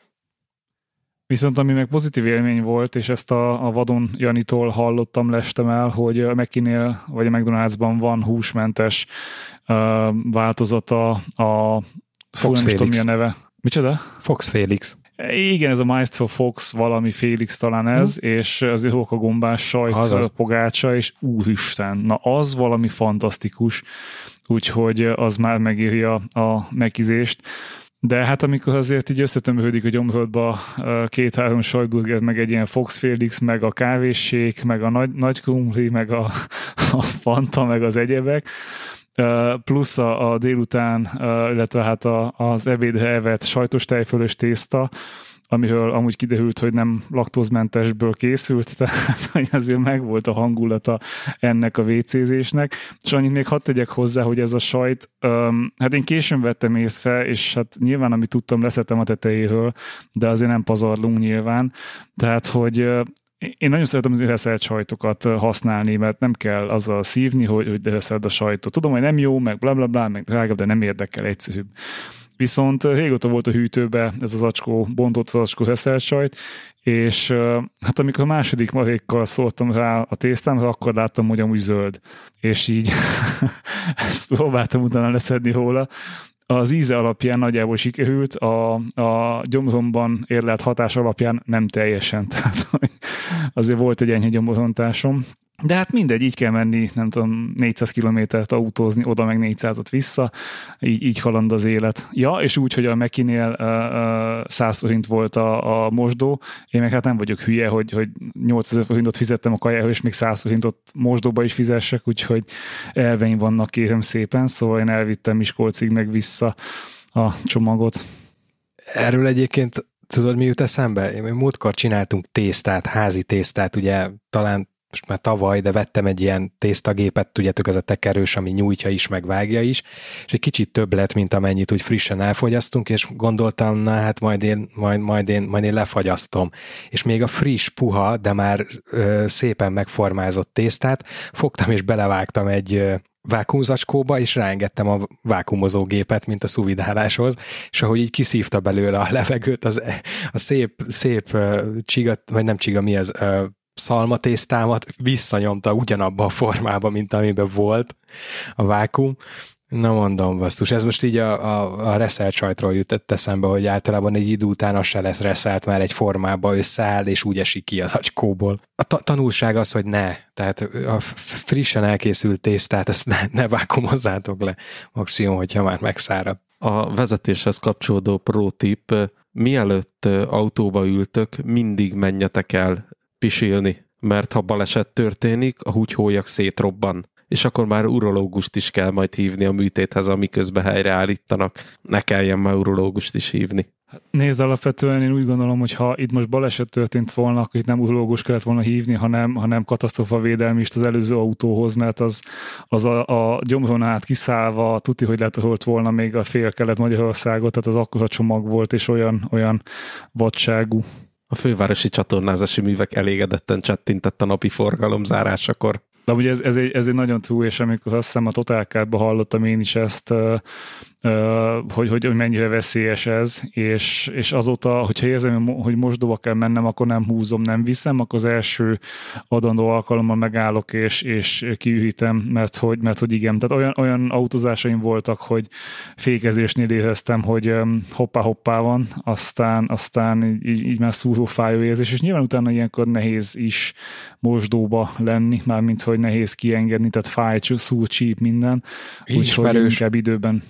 Viszont ami meg pozitív élmény volt, és ezt a, a Vadon Janitól hallottam, lestem el, hogy a Mekinél, vagy a McDonald'sban van húsmentes uh, változata a Fox Félix. Mi a neve. Micsoda? Fox Félix. Igen, ez a Maestro Fox, valami Félix talán ez, hmm. és az rókagombás sajt pogácsa, és úristen, na az valami fantasztikus. úgyhogy az már megéri a, a megizést. De hát amikor azért így összetömörödik a gyomrodba két-három sajtburger, meg egy ilyen Fox Felix, meg a kávésség, meg a nagy, nagy krumpli, meg a, a Fanta, meg az egyebek, plusz a, a délután, illetve hát a, az ebédre evett sajtos tejfölös tészta, amiről amúgy kiderült, hogy nem laktózmentesből készült, tehát hogy azért megvolt a hangulata ennek a vécézésnek. És annyit még hadd tegyek hozzá, hogy ez a sajt, um, hát én későn vettem észre, és hát nyilván, amit tudtam, leszettem a tetejéről, de azért nem pazarlunk nyilván. Tehát, hogy uh, én nagyon szeretem az reszelt sajtokat használni, mert nem kell azzal szívni, hogy, hogy reszeld a sajtot. Tudom, hogy nem jó, meg blablabla, bla, bla, meg drágább, de nem érdekel, egyszerűbb. Viszont régóta volt a hűtőbe ez az acskó, bontott az acskó reszelt sajt, és hát amikor a második marékkal szóltam rá a tésztámra, akkor láttam, hogy amúgy zöld. És így ezt próbáltam utána leszedni róla. Az íze alapján nagyjából sikerült, a, a gyomromban érlelt hatás alapján nem teljesen. Tehát azért volt egy enyhe gyomorrontásom. De hát mindegy, így kell menni, nem tudom, négyszáz kilométert autózni, oda meg négyszázat vissza, így, így haland az élet. Ja, és úgy, hogy a Mekinél uh, uh, száz forint volt a, a mosdó, én meg hát nem vagyok hülye, hogy, hogy nyolcezer forintot fizettem a kajához, és még száz forintot mosdóba is fizessek, úgyhogy elveim vannak, kérem szépen, szóval én elvittem Miskolcig meg vissza a csomagot. Erről egyébként tudod, mi jut eszembe? Mi múltkor csináltunk tésztát, házi tésztát, ugye talán most már tavaly, de vettem egy ilyen tésztagépet, tudjátok, ez a tekerős, ami nyújtja is, meg vágja is, és egy kicsit több lett, mint amennyit úgy frissen elfogyasztunk, és gondoltam, na hát majd én, majd, majd én, majd én lefagyasztom. És még a friss, puha, de már ö, szépen megformázott tésztát fogtam és belevágtam egy ö, vákuumzacskóba, és ráengedtem a vákuumozógépet, mint a szuvidáláshoz, és ahogy így kiszívta belőle a levegőt, az a szép, szép ö, csiga, vagy nem csiga, mi az, ö, szalmatésztámat visszanyomta ugyanabba a formába, mint amiben volt a vákuum. Na mondom, basztus, ez most így a, a, a reszelt sajtról jutott eszembe, hogy általában egy idő után az se lesz reszelt, már egy formába összeáll, és úgy esik ki az acskóból. A ta- tanulság az, hogy ne, tehát a frissen elkészült tésztát, ezt ne, ne vákuumozzátok le, maximum, hogyha már megszárad. A vezetéshez kapcsolódó pro tip, mielőtt autóba ültök, mindig menjetek el pisilni, mert ha baleset történik, a húgyhólyak szétrobban, és akkor már urológust is kell majd hívni a műtéthez, amiközben helyreállítanak. Ne kelljen már urológust is hívni. Nézd, alapvetően én úgy gondolom, hogy ha itt most baleset történt volna, akkor itt nem urológus kellett volna hívni, hanem, hanem katasztrófavédelmist az előző autóhoz, mert az, az a, a gyomron át kiszállva, tuti, hogy letorolt volna még a fél Kelet-Magyarországot, tehát az akkora csomag volt, és olyan, olyan vadságú. A fővárosi csatornázási művek elégedetten csettintett a napi forgalom zárásakor. De ugye ez, ez, egy, ez egy nagyon true, és amikor azt hiszem a Totálkádban hallottam én is ezt, hogy, hogy, hogy mennyire veszélyes ez, és, és azóta, hogyha érzem, hogy mosdóba kell mennem, akkor nem húzom, nem viszem, akkor az első adandó alkalommal megállok, és, és kiürítem, mert hogy, mert hogy igen. Tehát olyan, olyan autózásaim voltak, hogy fékezésnél éreztem, hogy hoppá-hoppá van, aztán, aztán így, így már szúró-fájó érzés, és nyilván utána ilyenkor nehéz is mosdóba lenni, mármint hogy nehéz kiengedni, tehát fáj, szúr, csíp, minden. Úgyhogy inkább időben.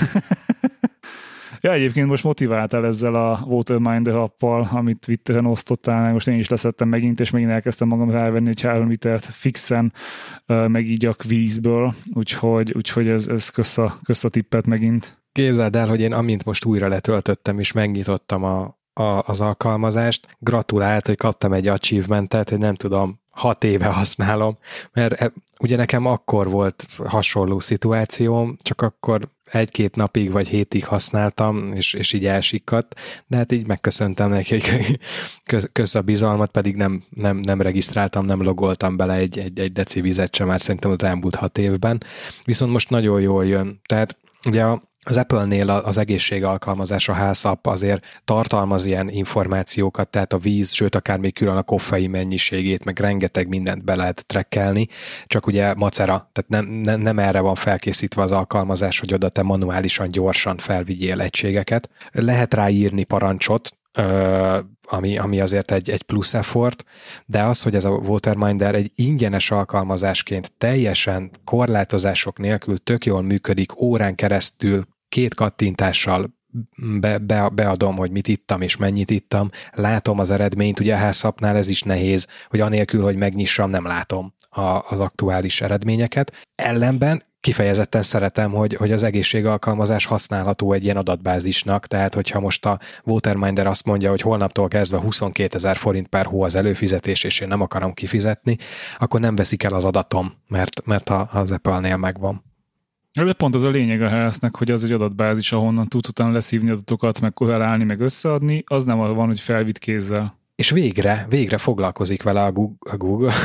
Ja, egyébként most motiváltál ezzel a Waterminder appal, amit Twitteren osztottál, most én is leszettem megint, és megint elkezdtem magam rávenni, hogy három litert fixen uh, megígyak vízből, úgyhogy, úgyhogy ez, ez kösz, a, kösz a tippet megint. Képzeld el, hogy én amint most újra letöltöttem, és megnyitottam a, a, az alkalmazást, gratulált, hogy kaptam egy achievementet, hogy nem tudom, hat éve használom, mert ugye nekem akkor volt hasonló szituációm, csak akkor egy-két napig vagy hétig használtam, és, és így elsikkadt, de hát így megköszöntem neki, hogy köz, köz a bizalmat, pedig nem, nem, nem regisztráltam, nem logoltam bele egy, egy, egy deci vizet sem, már szerintem az elmúlt hat évben. Viszont most nagyon jól jön. Tehát ugye a Az Apple-nél az egészség alkalmazás, a Health App azért tartalmaz ilyen információkat, tehát a víz, sőt akár még külön a koffein mennyiségét, meg rengeteg mindent be lehet trekkelni, csak ugye macera, tehát nem, nem, nem erre van felkészítve az alkalmazás, hogy oda te manuálisan gyorsan felvigyél egységeket. Lehet ráírni parancsot, ami, ami azért egy, egy plusz effort, de az, hogy ez a Waterminder egy ingyenes alkalmazásként teljesen korlátozások nélkül tök jól működik, órán keresztül két kattintással Be, be, beadom, hogy mit ittam és mennyit ittam, látom az eredményt, ugye a házszapnál ez is nehéz, hogy anélkül, hogy megnyissam, nem látom a, az aktuális eredményeket. Ellenben kifejezetten szeretem, hogy, hogy az egészségalkalmazás használható egy ilyen adatbázisnak, tehát hogyha most a Waterminder azt mondja, hogy holnaptól kezdve huszonkétezer forint per hó az előfizetés, és én nem akarom kifizetni, akkor nem veszik el az adatom, mert, mert a, az Apple-nél megvan. De pont az a lényeg a Health-nek, hogy az egy adatbázis, ahonnan tudsz utána leszívni adatokat, meg korrelálni, meg összeadni, az nem van, hogy felvitt kézzel. És végre, végre foglalkozik vele a Google, a Google.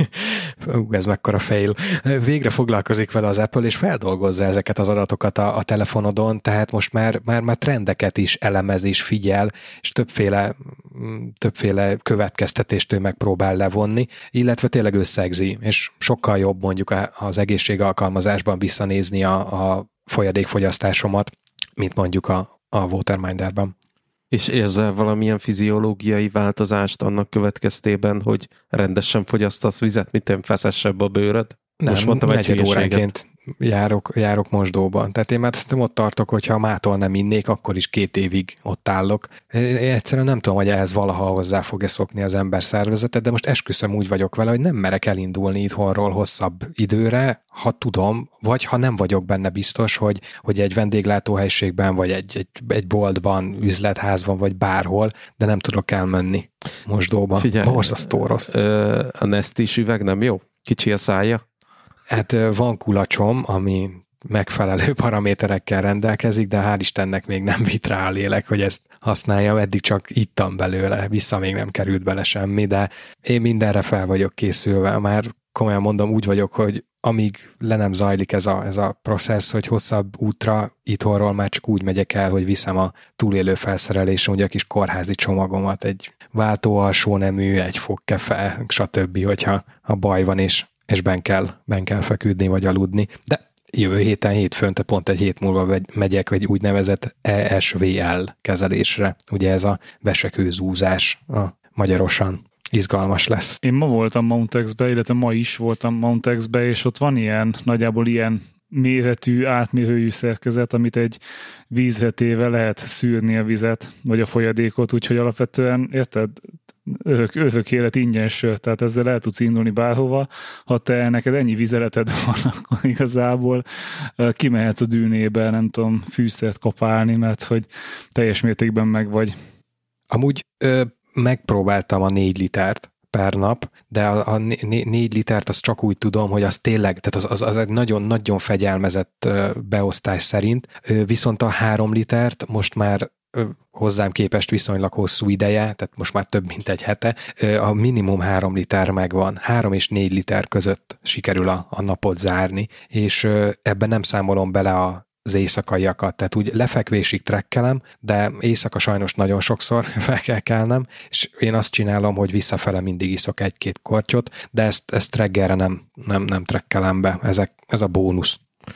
ez mekkora fail, végre foglalkozik vele az Apple, és feldolgozza ezeket az adatokat a, a telefonodon, tehát most már, már, már trendeket is elemez és figyel, és többféle, többféle következtetést ő megpróbál levonni, illetve tényleg összegzi, és sokkal jobb mondjuk az egészségalkalmazásban visszanézni a, a folyadékfogyasztásomat, mint mondjuk a, a Waterminderben. És érzel valamilyen fiziológiai változást annak következtében, hogy rendesen fogyasztasz vizet, mint én feszesebb a bőröd? Nem, most mondtam egy óránként járok, járok mosdóban. Tehát én már szerintem ott tartok, hogyha mától nem innék, akkor is két évig ott állok. Én egyszerűen nem tudom, hogy ehhez valaha hozzá fog-e szokni az ember szervezete, de most esküszöm úgy vagyok vele, hogy nem merek elindulni itthonról hosszabb időre, ha tudom, vagy ha nem vagyok benne biztos, hogy, hogy egy vendéglátóhelyiségben, vagy egy, egy, egy boltban, üzletházban, vagy bárhol, de nem tudok elmenni mosdóba. Figyelj, borzasztó rossz. A Nestis üveg nem jó? Kicsi a szája? Hát van kulacsom, ami megfelelő paraméterekkel rendelkezik, de hál' Istennek még nem vitt rá a lélek, hogy ezt használjam, eddig csak ittam belőle, vissza még nem került bele semmi, de én mindenre fel vagyok készülve, már komolyan mondom, úgy vagyok, hogy amíg le nem zajlik ez a, ez a processz, hogy hosszabb útra itthonról már csak úgy megyek el, hogy viszem a túlélő felszerelésem, ugye a kis kórházi csomagomat, egy váltó alsónemű, egy fogkefe, stb., hogyha a baj van, és és ben kell, ben kell feküdni, vagy aludni. De jövő héten, hétfőn, te pont egy hét múlva megyek egy úgynevezett E S V L kezelésre. Ugye ez a vesekőzúzás a magyarosan izgalmas lesz. Én ma voltam Mount X-be, illetve ma is voltam Mount X-be, és ott van ilyen, nagyjából ilyen méretű, átmérőjű szerkezet, amit egy vízre téve lehet szűrni a vizet, vagy a folyadékot, úgyhogy alapvetően, érted, örök, örök élet ingyen sör, tehát ezzel el tudsz indulni bárhova. Ha te neked ennyi vizeleted van, akkor igazából kimehetsz a dűnébe, nem tudom, fűszert kapálni, mert hogy teljes mértékben meg vagy. Amúgy ö, megpróbáltam a négy litert per nap, de a, a né, négy litert azt csak úgy tudom, hogy az tényleg, tehát az, az, az egy nagyon-nagyon fegyelmezett beosztás szerint, viszont a három litert most már hozzám képest viszonylag hosszú ideje, tehát most már több mint egy hete, a minimum három liter megvan, három és négy liter között sikerül a, a napot zárni, és ebben nem számolom bele a az éjszakaiakat, tehát úgy lefekvésig trekkelem, de éjszaka sajnos nagyon sokszor fel kell kelnem, és én azt csinálom, hogy visszafele mindig iszok egy-két kortyot, de ezt, ezt reggelre nem, nem, nem trekkelem be, Ezek, ez a bónusz.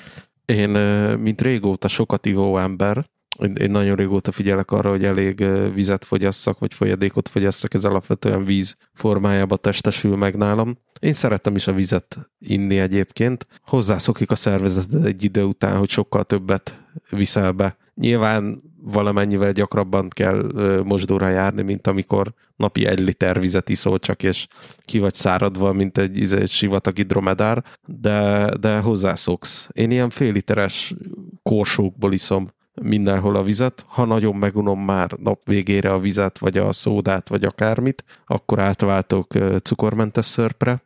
Én, mint régóta sokat ivó ember, én nagyon régóta figyelek arra, hogy elég vizet fogyasszak, vagy folyadékot fogyasszak, ez alapvetően víz formájába testesül meg nálam. Én szerettem is a vizet inni egyébként. Hozzászokik a szervezet egy idő után, hogy sokkal többet viszel be. Nyilván valamennyivel gyakrabban kell mosdóra járni, mint amikor napi egy liter vizet iszol csak, és ki vagy száradva, mint egy, egy sivatagi dromedár, de, de hozzászoksz. Én ilyen fél literes korsókból iszom mindenhol a vizet. Ha nagyon megunom már nap végére a vizet, vagy a szódát, vagy akármit, akkor átváltok cukormentes szörpre,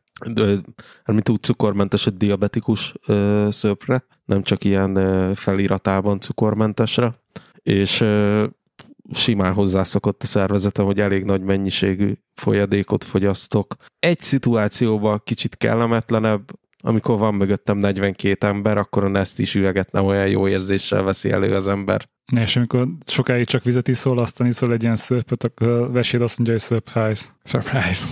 mint úgy cukormentes, egy diabetikus szörpre, nem csak ilyen feliratában cukormentesre, és simán hozzászokott a szervezetem, hogy elég nagy mennyiségű folyadékot fogyasztok. Egy szituációban kicsit kellemetlenebb, amikor van mögöttem negyvenkét ember, akkor a Nestis üveget nem olyan jó érzéssel veszi elő az ember. És amikor sokáig csak vizet iszol, aztán iszol egy ilyen szörpöt, akkor veséd azt mondja, hogy surprise. Surprise.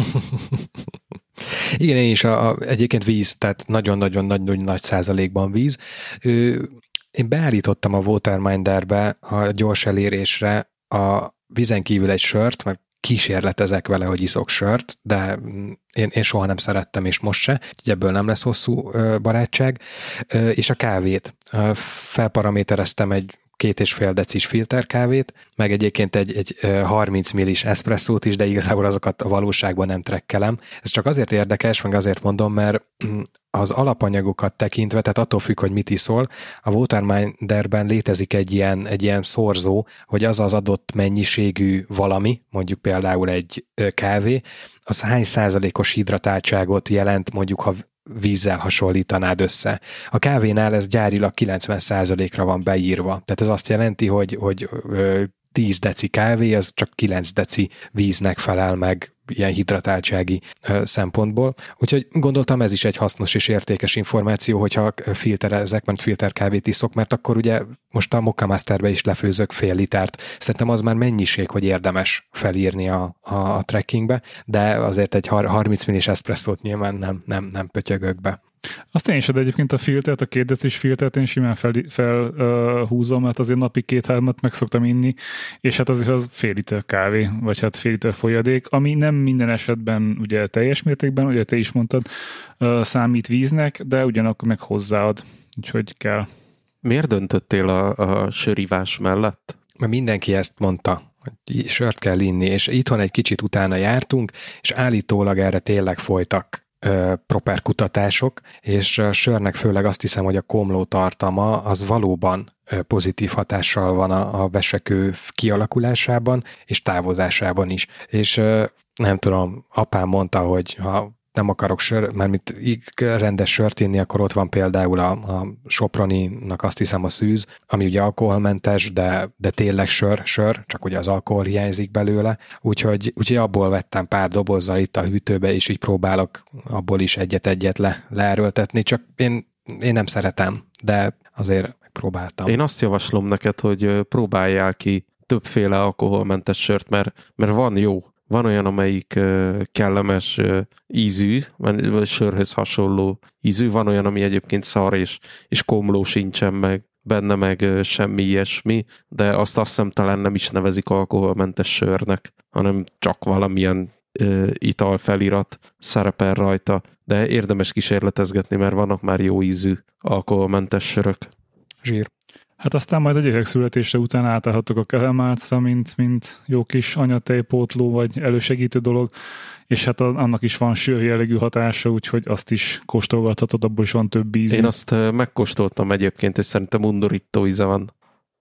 Igen, én is a, a, egyébként víz, tehát nagyon-nagyon nagy, nagy százalékban víz. Ö, én beállítottam a Waterminderbe a gyors elérésre a vizen kívül egy sört, mert kísérletezek vele, hogy iszok sört, de én, én soha nem szerettem, és most se, úgyhogy ebből nem lesz hosszú barátság. És a kávét. Felparamétereztem egy két és fél decis filterkávét, meg egyébként egy, egy harminc millis eszpresszót is, de igazából azokat a valóságban nem trekkelem. Ez csak azért érdekes, meg azért mondom, mert az alapanyagokat tekintve, tehát attól függ, hogy mit iszol, a Waterminderben létezik egy ilyen, egy ilyen szorzó, hogy az az adott mennyiségű valami, mondjuk például egy kávé, az hány százalékos hidratáltságot jelent, mondjuk ha vízzel hasonlítanád össze. A kávénál ez gyárilag kilencven százalékra van beírva. Tehát ez azt jelenti, hogy, hogy tíz deci kávé, az csak kilenc deci víznek felel meg ilyen hidratáltsági szempontból. Úgyhogy gondoltam, ez is egy hasznos és értékes információ, hogyha filterezek, mert filterkávét iszok, mert akkor ugye most a Mokka Masterbe is lefőzök fél litert. Szerintem az már mennyiség, hogy érdemes felírni a, a, a trackingbe, de azért egy harminc millis eszpresszót nyilván nem, nem, nem pötyögök be. Azt én is, de egyébként a filtert, a két decis filtert én simán felhúzom, fel, uh, mert azért napi két-hármat meg szoktam inni, és hát azért az fél liter kávé, vagy hát fél liter folyadék, ami nem minden esetben ugye teljes mértékben, ugye te is mondtad, uh, számít víznek, de ugyanakkor meg hozzáad, úgyhogy kell. Miért döntöttél a, a sörivás mellett? Mert mindenki ezt mondta, hogy sört kell inni, és itthon egy kicsit utána jártunk, és állítólag erre tényleg folytak proper kutatások, és a sörnek főleg azt hiszem, hogy a komló tartalma az valóban pozitív hatással van a, a vesekő kialakulásában és távozásában is. És nem tudom, apám mondta, hogy ha nem akarok sör, mert rendes sört inni, akkor ott van például a, a Soproninak azt hiszem a szűz, ami ugye alkoholmentes, de, de tényleg sör, sör, csak ugye az alkohol hiányzik belőle, úgyhogy, úgyhogy abból vettem pár dobozzal itt a hűtőbe, és így próbálok abból is egyet-egyet le, leerőltetni, csak én, én nem szeretem, de azért próbáltam. Én azt javaslom neked, hogy próbáljál ki többféle alkoholmentes sört, mert, mert van jó. Van olyan, amelyik uh, kellemes uh, ízű, vagy sörhöz hasonló ízű, van olyan, ami egyébként szar, és, és komló sincsen meg, benne meg uh, semmi ilyesmi, de azt azt hiszem talán nem is nevezik alkoholmentes sörnek, hanem csak valamilyen uh, italfelirat szerepel rajta, de érdemes kísérletezgetni, mert vannak már jó ízű alkoholmentes sörök. Zsír. Hát aztán majd a gyerekek születése után átállhatok a kevelmálcra, mint, mint jó kis anyatejpótló, vagy elősegítő dolog, és hát annak is van sörjellegű hatása, úgyhogy azt is kóstolgathatod, abból is van több íz. Én azt megkóstoltam egyébként, és szerintem undorító íze van.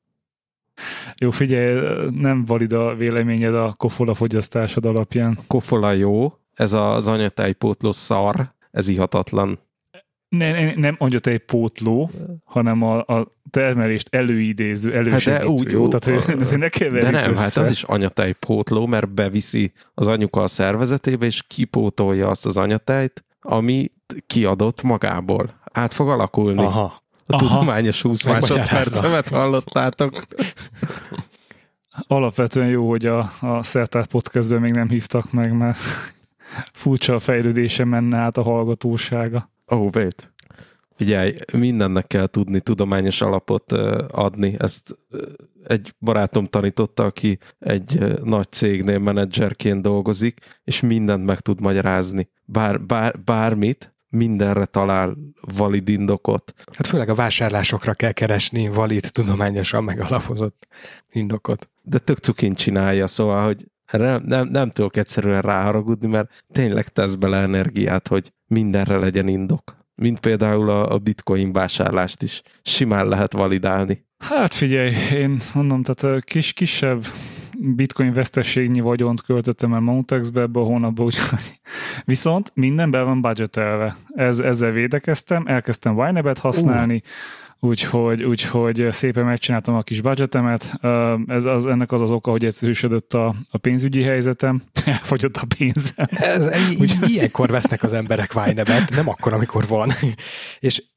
Jó, figyelj, nem valid a véleményed a kofola fogyasztásod alapján. A kofola jó, ez az anyatejpótló szar, ez ihatatlan. Nem, nem anyatejpótló, hanem a, a termelést előidéző, elősegítő. Hát de úgy, jó, tehát hogy ezért ne keverjük De nem, össze. hát az is anyatejpótló, mert beviszi az anyuka a szervezetébe, és kipótolja azt az anyatejt, amit kiadott magából. Át fog alakulni. Aha. A Aha. tudományos húsz másodpercemet hallottátok. Alapvetően jó, hogy a, a Szertár Podcastben még nem hívtak meg, mert furcsa a fejlődése menne át a hallgatósága. Ó, oh, wait. Figyelj, mindennek kell tudni tudományos alapot uh, adni. Ezt uh, egy barátom tanította, aki egy uh, nagy cégnél menedzserként dolgozik, és mindent meg tud magyarázni. Bár, bár, bármit, mindenre talál valid indokot. Hát főleg a vásárlásokra kell keresni valid, tudományosan megalapozott indokot. De tök cukin csinálja, szóval, hogy nem, nem, nem tudok egyszerűen ráharagudni, mert tényleg tesz bele energiát, hogy mindenre legyen indok. Mint például a, a bitcoin vásárlást is simán lehet validálni. Hát figyelj, én mondom, tehát kis, kisebb bitcoin veszteségnyi vagyont költöttem el Mountaxbe ebbe a hónapban, úgyhogy viszont minden be van budgetelve. Ez, ezzel védekeztem, elkezdtem YNAB-et használni, uh. Úgyhogy, úgyhogy szépen megcsináltam a kis budgetemet. Ez az, ennek az az oka, hogy egyszerűsödött a, a pénzügyi helyzetem. Elfogyott a pénzem. Ez, Úgy, ilyenkor vesznek az emberek YNAB-et, nem akkor, amikor van. És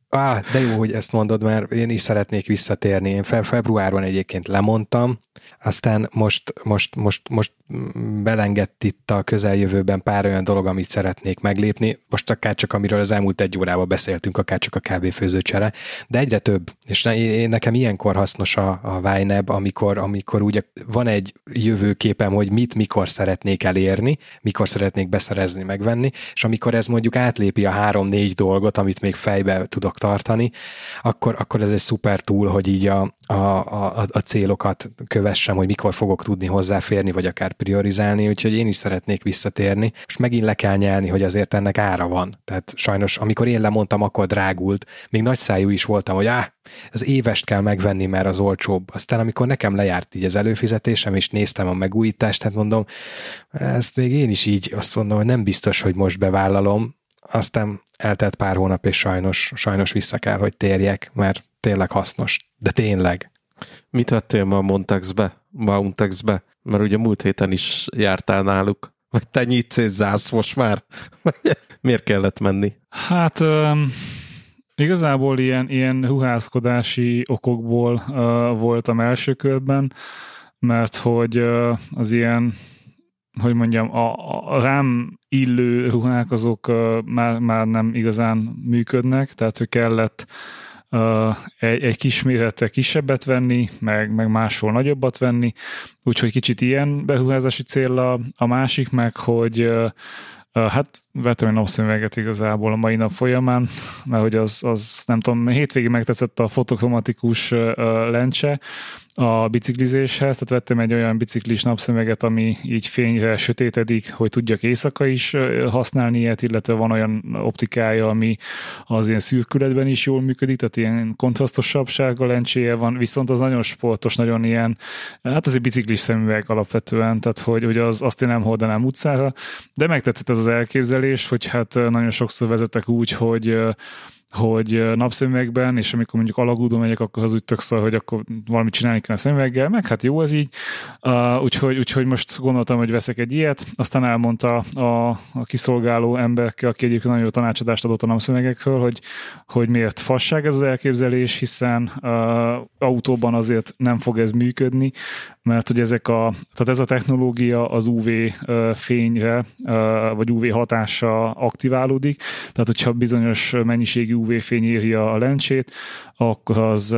Á, de jó, hogy ezt mondod, mert én is szeretnék visszatérni. Én fe- februárban egyébként lemondtam, aztán most, most, most, most belengett itt a közeljövőben pár olyan dolog, amit szeretnék meglépni. Most akár csak amiről az elmúlt egy órában beszéltünk, akár csak a kávéfőzőcsere, de egyre több. És ne, én, nekem ilyenkor hasznos a, a Wineb, amikor, amikor ugye van egy jövőképem, hogy mit, mikor szeretnék elérni, mikor szeretnék beszerezni, megvenni, és amikor ez mondjuk átlépi a három-négy dolgot, amit még fejbe tudok tartani, akkor, akkor ez egy szuper tool, hogy így a, a, a, a célokat kövessem, hogy mikor fogok tudni hozzáférni, vagy akár priorizálni, úgyhogy én is szeretnék visszatérni. És megint le kell nyelni, hogy azért ennek ára van. Tehát sajnos, amikor én lemondtam, akkor drágult. Még nagyszájú is voltam, hogy áh, az évest kell megvenni, mert az olcsóbb. Aztán amikor nekem lejárt így az előfizetésem, és néztem a megújítást, hát mondom, ezt még én is így azt mondom, hogy nem biztos, hogy most bevállalom. Aztán eltelt pár hónap, és sajnos, sajnos vissza kell, hogy térjek, mert tényleg hasznos. De tényleg. Mit vettél ma a Montexbe? Mountexbe? Mert ugye múlt héten is jártál náluk. Vagy te nyitsz és zársz most már? Miért kellett menni? Hát um, igazából ilyen, ilyen ruházkodási okokból uh, voltam első körben, mert hogy uh, az ilyen, hogy mondjam, a, a rám illő ruhák azok uh, már, már nem igazán működnek, tehát hogy kellett Uh, egy, egy kis méretre kisebbet venni, meg, meg máshol nagyobbat venni, úgyhogy kicsit ilyen beruházási céllal. A másik meg, hogy uh, uh, hát vettem egy napszemüveget igazából a mai nap folyamán, mert hogy az, az nem tudom, hétvégén megtetszett a fotokromatikus uh, lencse a biciklizéshez, tehát vettem egy olyan biciklis napszemüveget, ami így fényre sötétedik, hogy tudjak éjszaka is használni ilyet, illetve van olyan optikája, ami az ilyen szürkületben is jól működik, tehát ilyen kontrasztosabb sárga lencséje van, viszont az nagyon sportos, nagyon ilyen, hát az egy biciklis szemüveg alapvetően, tehát hogy, hogy az, azt én nem hordanám utcára, de megtetszett ez az elképzelés, hogy hát nagyon sokszor vezetek úgy, hogy hogy napszemüvegben, és amikor mondjuk alagúton megyek, akkor az úgy tök szar, hogy akkor valamit csinálni kell a szemüveggel, meg hát jó ez így. Uh, úgyhogy, úgyhogy most gondoltam, hogy veszek egy ilyet, aztán elmondta a, a kiszolgáló emberke, aki egyébként nagyon jó tanácsadást adott a napszemüvegekről, hogy, hogy miért fasság ez az elképzelés, hiszen uh, autóban azért nem fog ez működni, mert hogy ezek a, tehát ez a technológia az ú vé fényre, vagy ú vé hatásra aktiválódik, tehát hogyha bizonyos mennyiségű ú vé fény írja a lencsét, akkor az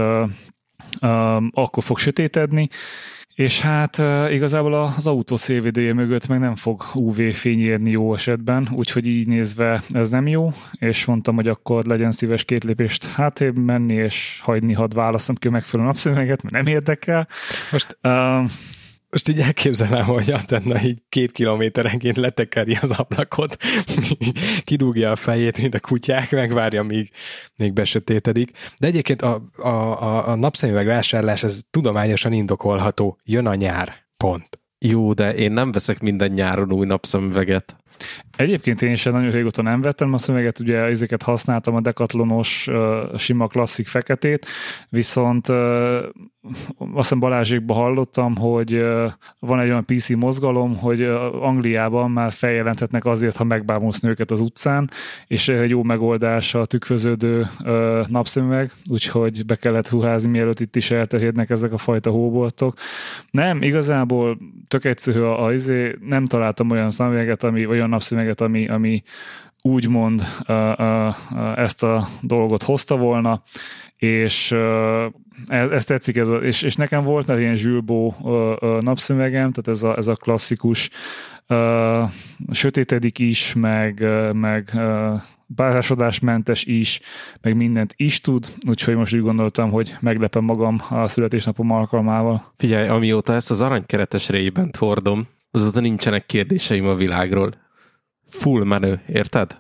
akkor fog sötétedni, és hát igazából az autó szélvédője mögött meg nem fog ú vé fény érni jó esetben, úgyhogy így nézve ez nem jó, és mondtam, hogy akkor legyen szíves két lépést hátrébb menni, és hagyni, hadd válaszom ki a megfelelő napszemüveget, mert nem érdekel. Most... Uh... Most így elképzelem, hogy Antenna így két kilométerenként letekeri az ablakot, kidúgja a fejét, mint a kutyák, megvárja, míg még besötétedik. De egyébként a, a, a, a napszemüveg vásárlás, ez tudományosan indokolható. Jön a nyár. Pont. Jó, de én nem veszek minden nyáron új napszemüveget. Egyébként én sem nagyon régóta nem vettem a szemüveget, ugye ezeket használtam, a Decathlonos uh, sima klasszik feketét, viszont uh, azt hiszem Balázsékban hallottam, hogy uh, van egy olyan pé cé mozgalom, hogy uh, Angliában már feljelenthetnek azért, ha megbámulsz nőket az utcán, és egy jó megoldás a tükröződő uh, napszemüveg, úgyhogy be kellett ruházni, mielőtt itt is elterjednek ezek a fajta hóboltok. Nem, igazából tök egyszerű, a, a, izé, nem találtam olyan szemüveget, ami olyan napszemüveget, ami, ami úgymond uh, uh, ezt a dolgot hozta volna, és uh, ez, ez tetszik, ez a, és, és nekem volt egy ilyen zsülbó uh, uh, napszemüvegem, tehát ez a, ez a klasszikus uh, sötétedik is, meg, uh, meg uh, párásodásmentes is, meg mindent is tud, úgyhogy most úgy gondoltam, hogy meglepem magam a születésnapom alkalmával. Figyelj, amióta ezt az aranykeretes Ray-Bant hordom, azóta nincsenek kérdéseim a világról. Full menő, érted?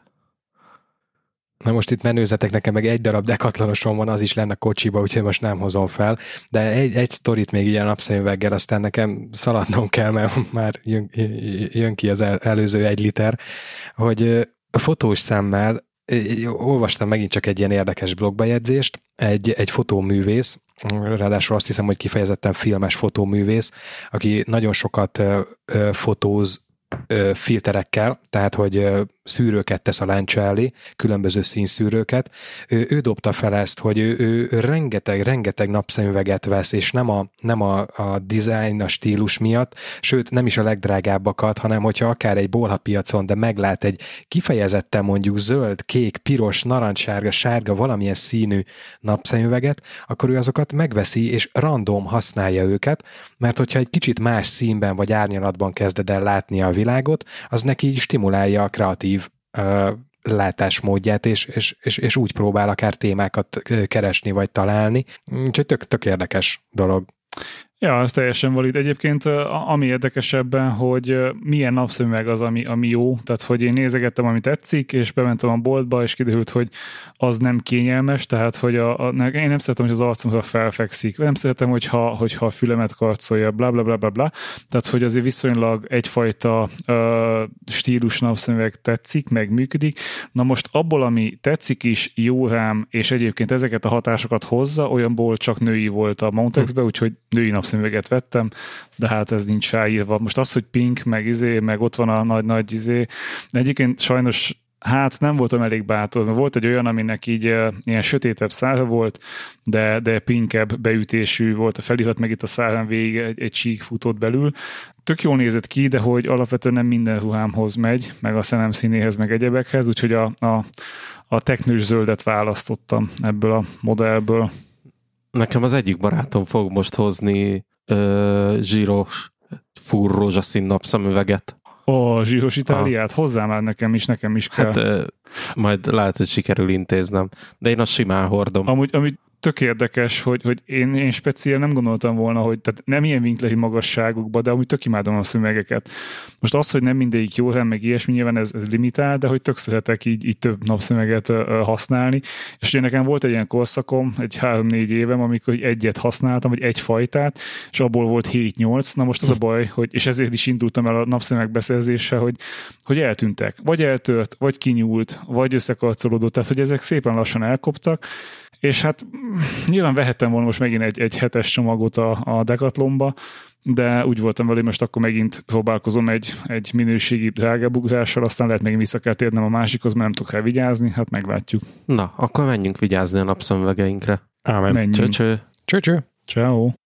Na most itt menőzetek, nekem meg egy darab Decathlonosom van, az is lenne kocsiba, úgyhogy most nem hozom fel, de egy, egy sztorit még ilyen napszemüveggel, aztán nekem szaladnom kell, mert már jön, jön ki az el, előző egy liter, hogy a fotós szemmel olvastam megint csak egy ilyen érdekes blogbejegyzést, egy, egy fotóművész, ráadásul azt hiszem, hogy kifejezetten filmes fotóművész, aki nagyon sokat ö, ö, fotóz ö, filterekkel, tehát hogy ö, szűrőket tesz a láncsa elé, különböző színszűrőket. Ő, ő dobta fel ezt, hogy ő, ő, ő rengeteg, rengeteg napszemüveget vesz, és nem a, nem a, a design, a stílus miatt, sőt nem is a legdrágábbakat, hanem hogyha akár egy bolhapiacon, de meglát egy kifejezetten mondjuk zöld, kék, piros, narancssárga, sárga, valamilyen színű napszemüveget, akkor ő azokat megveszi, és random használja őket, mert hogyha egy kicsit más színben vagy árnyalatban kezded el látni a világot, az neki így stimulálja a kreatív uh, látásmódját, és, és, és, és úgy próbál akár témákat keresni, vagy találni. Úgyhogy tök, tök érdekes dolog. Ja, ez teljesen valid. Egyébként ami érdekesebben, hogy milyen napszemüveg az, ami, ami jó, tehát hogy én nézegettem, ami tetszik, és bementem a boltba, és kiderült, hogy az nem kényelmes, tehát hogy a, a, én nem szeretem, hogy az arcomra felfekszik, nem szeretem, hogyha, hogyha a fülemet karcolja, bla bla bla bla bla, tehát hogy azért viszonylag egyfajta uh, stílus napszemüveg tetszik, meg működik. Na most abból, ami tetszik is, jó rám, és egyébként ezeket a hatásokat hozza, olyanból csak női volt a Mountex-be, úgyhogy női napszemüveg szemüveget vettem, de hát ez nincs ráírva. Most az, hogy pink, meg izé, meg ott van a nagy-nagy izé, de egyébként sajnos hát nem voltam elég bátor, mert volt egy olyan, aminek így ilyen sötétebb szára volt, de, de pinkebb beütésű volt a felirat, meg itt a szárán végig egy, egy csík futott belül. Tök jól nézett ki, de hogy alapvetően nem minden ruhámhoz megy, meg a szemem színéhez, meg egyebekhez, úgyhogy a, a, a teknős zöldet választottam ebből a modellből. Nekem az egyik barátom fog most hozni ö, zsíros, fúr rózsaszín napszemüveget. Ó, zsíros Itáliát? Ah. Hozzá már nekem is, nekem is kell. Hát ö, majd lehet, hogy sikerül intéznem, de én azt simán hordom. Amúgy, amúgy tök érdekes, hogy, hogy én, én speciál nem gondoltam volna, hogy tehát nem ilyen winkleri magasságokban, de amúgy tök imádom a szövegeket. Most az, hogy nem mindegyik jó, meg ilyesmi, nyilván ez, ez limitál, de hogy tök szeretek így, így több napszöveget uh, használni. És ugye nekem volt egy ilyen korszakom, egy három-négy évem, amikor egyet használtam, vagy egy fajtát, és abból volt hét-nyolc. Na most az a baj, hogy, és ezért is indultam el a napszöveg beszerzése, hogy, hogy eltűntek. Vagy eltört, vagy kinyúlt, vagy összekarcolódott, tehát hogy ezek szépen lassan elkoptak. És hát nyilván vehettem volna most megint egy, egy hetes csomagot a, a Decathlonba, de úgy voltam vele, hogy most akkor megint próbálkozom egy, egy minőségi drágább ugrással, aztán lehet megint vissza kell térnem a másikhoz, mert nem tudok rá vigyázni, hát meglátjuk. Na, akkor menjünk vigyázni a napszemüvegeinkre. Ámen. Menjünk. Cső-cső. Cső-cső. Ciao.